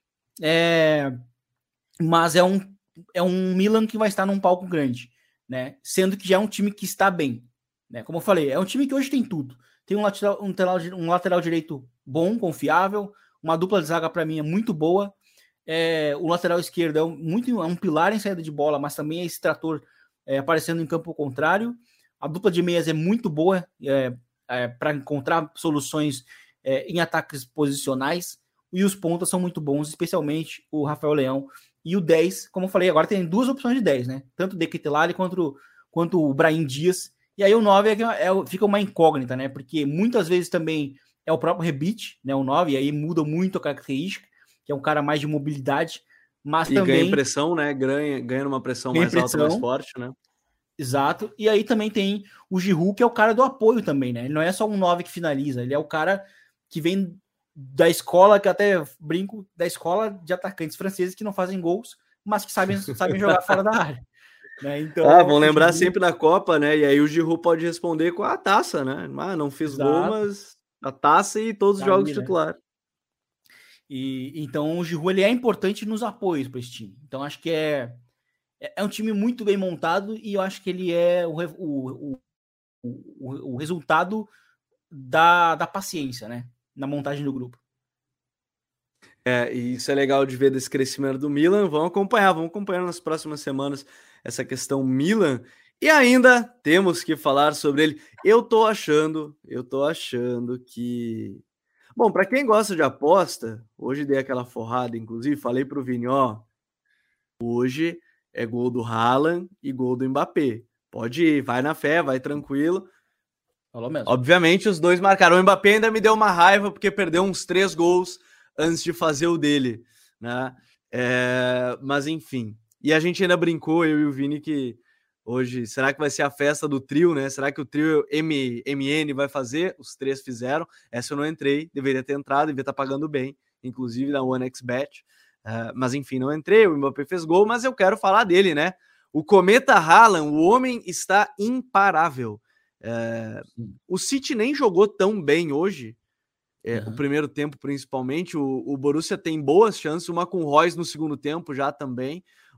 É, mas é um, é um Milan que vai estar num palco grande, né? Sendo que já é um time que está bem. Né? Como eu falei, é um time que hoje tem tudo. Tem um lateral, um lateral, um lateral direito bom, confiável, uma dupla de zaga para mim é muito boa. É, o lateral esquerdo é um, muito, é um pilar em saída de bola, mas também é esse trator é, aparecendo em campo contrário. A dupla de meias é muito boa é, é, para encontrar soluções é, em ataques posicionais. E os pontas são muito bons, especialmente o Rafael Leão. E o dez, como eu falei, agora tem duas opções de dez, né? Tanto o De Ketelaere quanto, quanto o Brahim Dias. E aí o nove é, é, fica uma incógnita, né? Porque muitas vezes também é o próprio Rebic, né? O nove, e aí muda muito a característica, que é um cara mais de mobilidade, mas e também... ganha pressão, né? Ganha, ganha uma pressão mais pressão. alta, mais forte, né? Exato. E aí também tem o Giroud, que é o cara do apoio também, né? Ele não é só um nove que finaliza, ele é o cara que vem da escola, que até brinco, da escola de atacantes franceses que não fazem gols, mas que sabem, sabem jogar fora da área. Né? Então, ah, vão lembrar Giroud... sempre na Copa, né? E aí o Giroud pode responder com a taça, né? Ah, não fiz Exato. gol, mas a taça e todos os tá jogos aí, titular. Né? E então o Giroud ele é importante nos apoios para esse time. Então acho que é é um time muito bem montado e eu acho que ele é o, o, o, o resultado da, da paciência, né? Na montagem do grupo. É, e isso é legal de ver desse crescimento do Milan. Vamos acompanhar, vamos acompanhar nas próximas semanas essa questão Milan. E ainda temos que falar sobre ele. Eu tô achando, eu tô achando que... Bom, para quem gosta de aposta, hoje dei aquela forrada, inclusive, falei pro Vini, ó, hoje é gol do Haaland e gol do Mbappé. Pode ir, vai na fé, vai tranquilo. Falou mesmo. Obviamente os dois marcaram. O Mbappé ainda me deu uma raiva porque perdeu uns três gols antes de fazer o dele, né? É, mas enfim. E a gente ainda brincou, eu e o Vini, que hoje, será que vai ser a festa do trio, né? Será que o trio M, MN vai fazer? Os três fizeram. Essa eu não entrei, deveria ter entrado, deveria estar pagando bem, inclusive na OneXBet. Uh, mas enfim, não entrei, o Mbappé fez gol, mas eu quero falar dele, né? O Cometa Haaland, o homem está imparável. Uh, o City nem jogou tão bem hoje, é, uhum. o primeiro tempo principalmente. O, o Borussia tem boas chances, uma com o Reus no segundo tempo já também.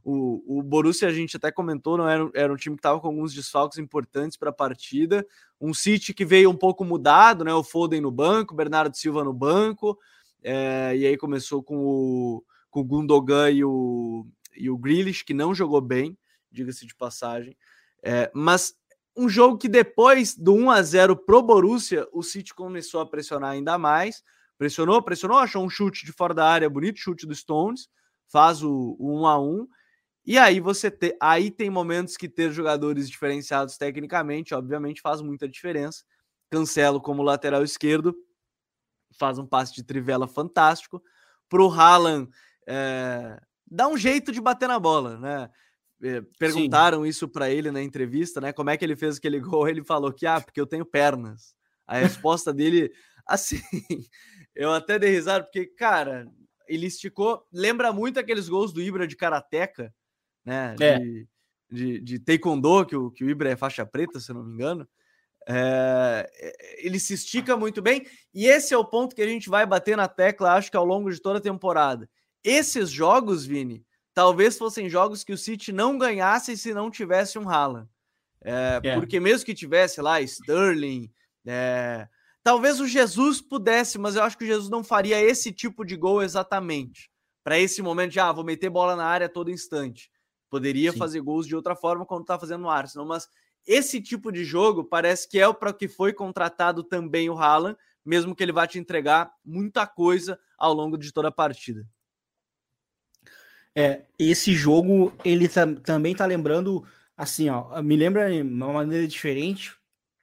O, o Borussia, a gente até comentou, não era, era um time que estava com alguns desfalques importantes para a partida. Um City que veio um pouco mudado, né? O Foden no banco, o Bernardo Silva no banco. É, e aí começou com o, com o Gundogan e o, e o Grealish, que não jogou bem, diga-se de passagem. É, mas um jogo que depois do um a zero pro Borussia, o City começou a pressionar ainda mais. Pressionou, pressionou, achou um chute de fora da área, bonito chute do Stones, faz o, o um a um. E aí você te, aí tem momentos que ter jogadores diferenciados tecnicamente, obviamente, faz muita diferença. Cancelo como lateral esquerdo, faz um passe de trivela fantástico. Pro Haaland, é, dá um jeito de bater na bola, né? É, perguntaram Sim. isso para ele na entrevista, né? Como é que ele fez aquele gol? Ele falou que, ah, porque eu tenho pernas. A resposta dele, assim, eu até dei risada, porque, cara, ele esticou, lembra muito aqueles gols do Ibra de Karateka, né? É. De, de, de Taekwondo, que o, que o Ibra é faixa preta, se eu não me engano. É, ele se estica muito bem, e esse é o ponto que a gente vai bater na tecla, acho que ao longo de toda a temporada. Esses jogos, Vini, talvez fossem jogos que o City não ganhasse se não tivesse um Haaland. É, é. Porque mesmo que tivesse lá Sterling, é, talvez o Jesus pudesse, mas eu acho que o Jesus não faria esse tipo de gol exatamente. Para esse momento de, ah, vou meter bola na área a todo instante. Poderia Sim. fazer gols de outra forma quando tá fazendo no Arsenal, mas esse tipo de jogo parece que é o para que foi contratado também o Haaland, mesmo que ele vá te entregar muita coisa ao longo de toda a partida. É, esse jogo, ele tá, também tá lembrando, assim, ó, me lembra de uma maneira diferente,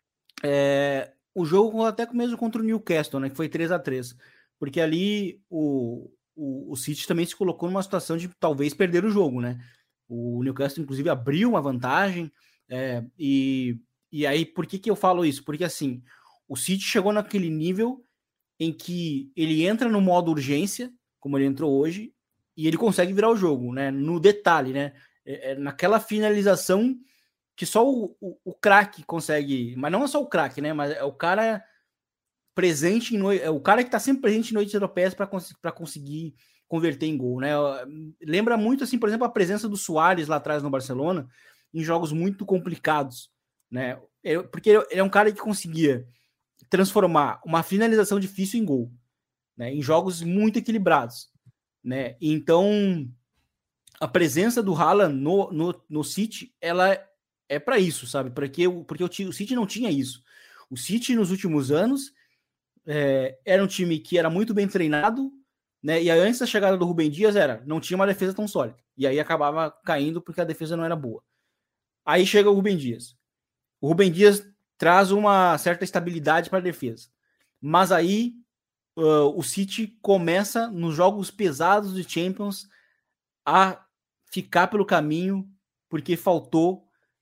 é, o jogo até mesmo contra o Newcastle, né, que foi três a três, porque ali o, o, o City também se colocou numa situação de talvez perder o jogo, né, o Newcastle inclusive abriu uma vantagem, é, e, e aí por que que eu falo isso? Porque assim, o City chegou naquele nível em que ele entra no modo urgência, como ele entrou hoje, e ele consegue virar o jogo, né? No detalhe, né? É, é naquela finalização que só o, o, o craque consegue, mas não é só o craque, né? Mas é o cara presente em noite, é o cara que tá sempre presente em noites europeias para cons conseguir converter em gol, né? Lembra muito, assim, por exemplo, a presença do Suárez lá atrás no Barcelona em jogos muito complicados, né? É, porque ele é um cara que conseguia transformar uma finalização difícil em gol, né? Em jogos muito equilibrados, né? Então, a presença do Haaland no, no, no City, ela é para isso, sabe? Porque, porque o, o City não tinha isso. O City, nos últimos anos, é, era um time que era muito bem treinado, né? E aí, antes da chegada do Rubem Dias, era, não tinha uma defesa tão sólida. E aí acabava caindo porque a defesa não era boa. Aí chega o Rubem Dias. O Rubem Dias traz uma certa estabilidade para a defesa. Mas aí uh, o City começa, nos jogos pesados de Champions, a ficar pelo caminho, porque faltou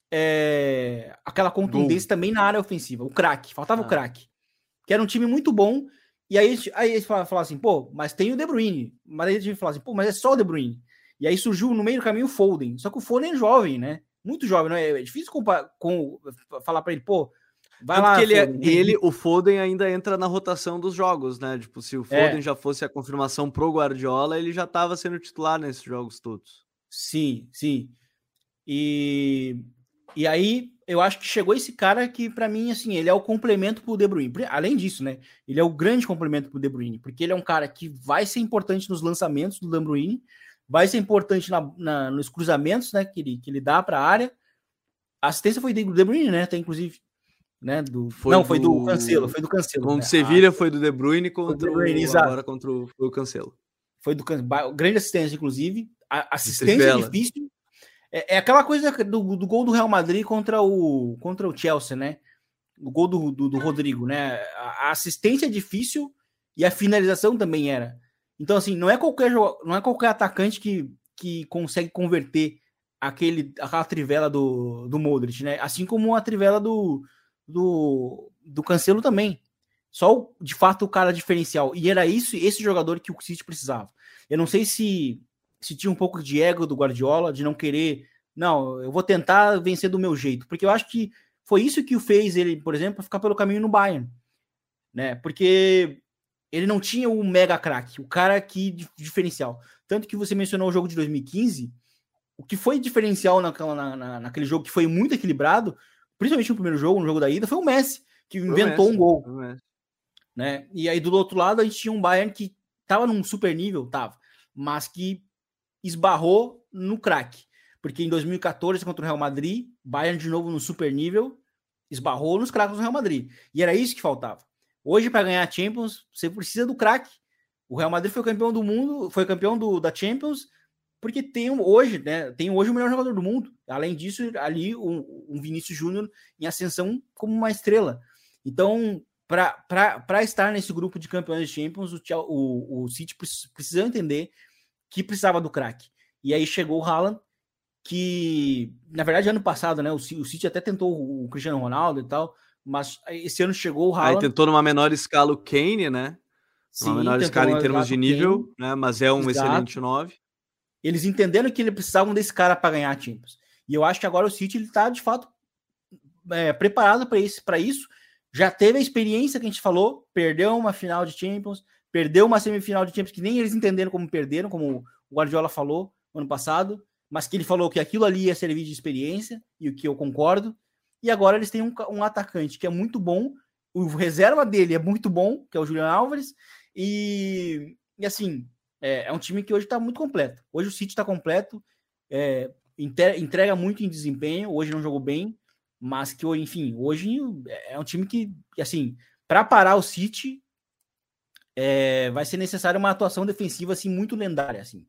é, aquela contundência Gol. também na área ofensiva. O craque, faltava ah. o craque. Que era um time muito bom. E aí, aí eles falavam assim, pô, mas tem o De Bruyne. Mas aí a gente falava assim, pô, mas é só o De Bruyne. E aí surgiu no meio do caminho o Foden. Só que o Foden é jovem, né? Muito jovem, não é? É difícil comparar, com, falar para ele, pô, vai Tanto lá. Que ele, é, ele, o Foden ainda entra na rotação dos jogos, né? Tipo, se o Foden é. já fosse a confirmação pro Guardiola, ele já estava sendo titular nesses jogos todos. Sim, sim. E, e aí, eu acho que chegou esse cara que, para mim, assim, ele é o complemento pro De Bruyne. Além disso, né? Ele é o grande complemento pro De Bruyne, porque ele é um cara que vai ser importante nos lançamentos do De Bruyne, vai ser importante na, na, nos cruzamentos, né, que ele, que ele dá para a área. A assistência foi do De Bruyne, né, até inclusive, né, do foi Não, do... foi do Cancelo, foi do Cancelo. Contra o né? Sevilha ah, foi do De Bruyne contra De Bruyne, o agora contra o, o Cancelo. Foi do Cancelo, grande assistência inclusive. A assistência é difícil. É, é aquela coisa do, do gol do Real Madrid contra o contra o Chelsea, né? O gol do, do, do Rodrigo, né? A, a assistência é difícil e a finalização também era. Então, assim, não é qualquer, não é qualquer atacante que, que consegue converter aquele, aquela trivela do, do Modric, né? Assim como a trivela do, do, do Cancelo também. Só, de fato, o cara diferencial. E era isso, esse jogador que o City precisava. Eu não sei se, se tinha um pouco de ego do Guardiola, de não querer... Não, eu vou tentar vencer do meu jeito. Porque eu acho que foi isso que o fez ele, por exemplo, ficar pelo caminho no Bayern. Né? Porque... ele não tinha o mega craque, o cara que diferencial. Tanto que você mencionou o jogo de dois mil e quinze, o que foi diferencial naquela, na, na, naquele jogo que foi muito equilibrado, principalmente no primeiro jogo, no jogo da ida, foi o Messi, que foi inventou Messi, um gol. Né? E aí do outro lado a gente tinha um Bayern que estava num super nível, tava, mas que esbarrou no craque. Porque em dois mil e catorze, contra o Real Madrid, Bayern de novo no super nível, esbarrou nos craques do Real Madrid. E era isso que faltava. Hoje, para ganhar a Champions, você precisa do craque. O Real Madrid foi campeão do mundo, foi campeão do, da Champions, porque tem hoje, né? Tem hoje o melhor jogador do mundo. Além disso, ali um, um Vinícius Júnior em ascensão como uma estrela. Então, para estar nesse grupo de campeões de Champions, o, o, o City precisou entender que precisava do craque. E aí chegou o Haaland, que, na verdade, ano passado, né, o, o City até tentou o Cristiano Ronaldo e tal, mas esse ano chegou o Haaland. Aí tentou numa menor escala o Kane, né? Sim, uma menor escala em termos de nível, né? Mas é um exato. Excelente nove. Eles entenderam que eles precisavam desse cara para ganhar a Champions. E eu acho que agora o City está, de fato, é, preparado para isso, para isso. Já teve a experiência que a gente falou, perdeu uma final de Champions, perdeu uma semifinal de Champions, que nem eles entenderam como perderam, como o Guardiola falou no ano passado, mas que ele falou que aquilo ali ia servir de experiência, e o que eu concordo. E agora eles têm um, um atacante que é muito bom, o reserva dele é muito bom, que é o Julian Álvares, e, e assim, é, é um time que hoje está muito completo. Hoje o City está completo, é, entrega muito em desempenho, hoje não jogou bem, mas que, enfim, hoje é um time que, assim, para parar o City, é, vai ser necessária uma atuação defensiva, assim, muito lendária, assim,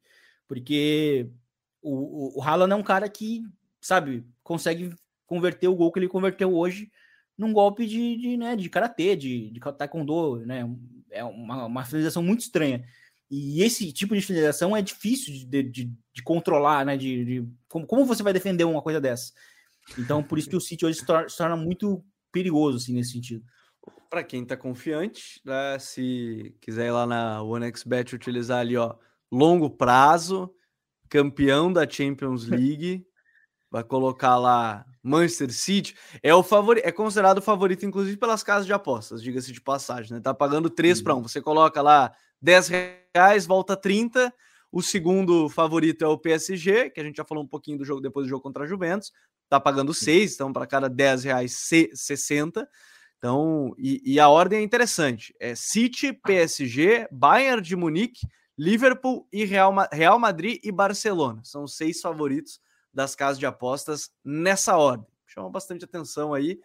porque o, o, o Haaland é um cara que, sabe, consegue converter o gol que ele converteu hoje num golpe de, de, né, de karatê, de, de taekwondo, né, é uma, uma finalização muito estranha. E esse tipo de finalização é difícil de, de, de controlar, né, de, de como, como você vai defender uma coisa dessa? Então, por isso que o City hoje se torna, se torna muito perigoso, assim, nesse sentido. Para quem tá confiante, né, se quiser ir lá na OneXBet utilizar ali, ó, longo prazo, campeão da Champions League, vai colocar lá Manchester City, é o favorito, é considerado o favorito, inclusive, pelas casas de apostas, diga-se de passagem, né? Tá pagando três para um. Você coloca lá dez reais, volta trinta. O segundo favorito é o P S G, que a gente já falou um pouquinho do jogo depois do jogo contra a Juventus. Tá pagando seis, então para cada dez reais, sessenta. Então, e, e a ordem é interessante. É City, P S G, Bayern de Munique, Liverpool e Real, Real Madrid e Barcelona. São os seis favoritos das casas de apostas nessa ordem. Chama bastante atenção aí.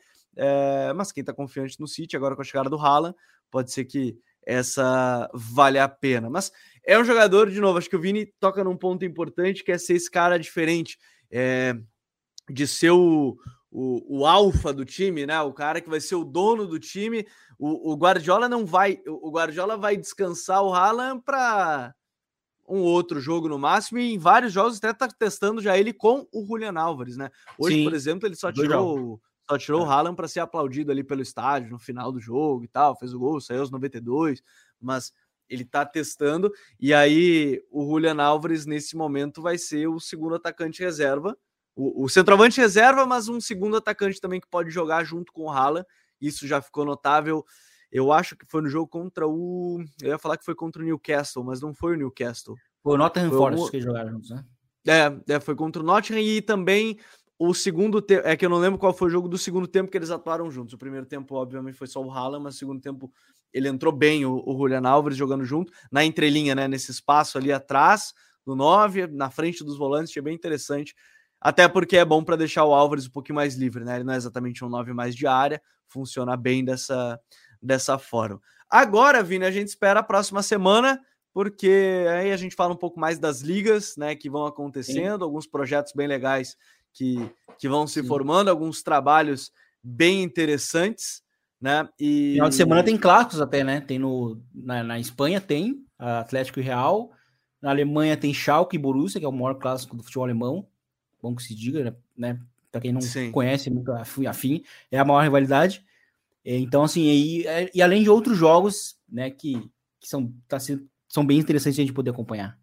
É, mas quem tá confiante no City, agora com a chegada do Haaland, pode ser que essa vale a pena. Mas é um jogador, de novo, acho que o Vini toca num ponto importante, que é ser esse cara diferente. É, de ser o, o, o alfa do time, né? O cara que vai ser o dono do time. O, o Guardiola não vai. O Guardiola vai descansar o Haaland para um outro jogo no máximo, e em vários jogos até tá testando já ele com o Julian Álvares, né? Hoje, Sim, por exemplo, ele só tirou, só tirou é. o Haaland para ser aplaudido ali pelo estádio no final do jogo e tal, fez o gol, saiu aos noventa e dois, mas ele tá testando, e aí o Julian Álvares nesse momento vai ser o segundo atacante reserva, o, o centroavante reserva, mas um segundo atacante também que pode jogar junto com o Haaland. Isso já ficou notável. Eu acho que foi no jogo contra o... Eu ia falar que foi contra o Newcastle, mas não foi o Newcastle. Foi o Nottingham Forest que jogaram juntos, né? É, é, foi contra o Nottingham, e também o segundo tempo... É que eu não lembro qual foi o jogo do segundo tempo que eles atuaram juntos. O primeiro tempo, obviamente, foi só o Haaland, mas o segundo tempo ele entrou bem, o, o Julian Álvares jogando junto, na entrelinha, né? Nesse espaço ali atrás do nove, na frente dos volantes, achei bem interessante. Até porque é bom para deixar o Álvares um pouquinho mais livre, né? Ele não é exatamente um nove mais de área, funciona bem dessa... dessa forma. Agora, Vini, a gente espera a próxima semana, porque aí a gente fala um pouco mais das ligas, né, que vão acontecendo, Sim. alguns projetos bem legais que, que vão se Sim. formando, alguns trabalhos bem interessantes, né, e... Final de semana tem clássicos até, né, tem no, na, na Espanha tem Atlético e Real, na Alemanha tem Schalke e Borussia, que é o maior clássico do futebol alemão, bom que se diga, né, para quem não Sim. conhece muito afim, é a maior rivalidade. Então, assim, e, e além de outros jogos, né, que, que são, tá, são bem interessantes a gente poder acompanhar.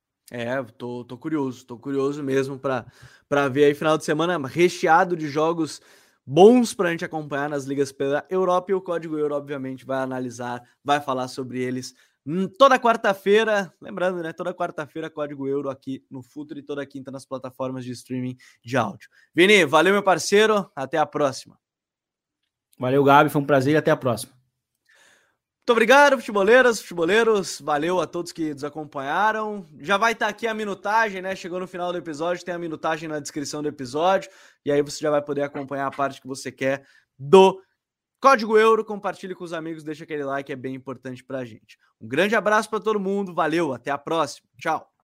É, tô, tô curioso, tô curioso mesmo para ver aí final de semana recheado de jogos bons para a gente acompanhar nas ligas pela Europa, e o Código Euro, obviamente, vai analisar, vai falar sobre eles toda quarta-feira. Lembrando, né? Toda quarta-feira, Código Euro aqui no Futuro e toda quinta nas plataformas de streaming de áudio. Vini, valeu, meu parceiro. Até a próxima. Valeu, Gabi. Foi um prazer e até a próxima. Muito obrigado, futeboleiras, futeboleiros. Valeu a todos que nos acompanharam. Já vai estar aqui a minutagem, né? Chegou no final do episódio, tem a minutagem na descrição do episódio. E aí você já vai poder acompanhar a parte que você quer do Código Euro. Compartilhe com os amigos, deixa aquele like, é bem importante pra gente. Um grande abraço para todo mundo. Valeu, até a próxima. Tchau.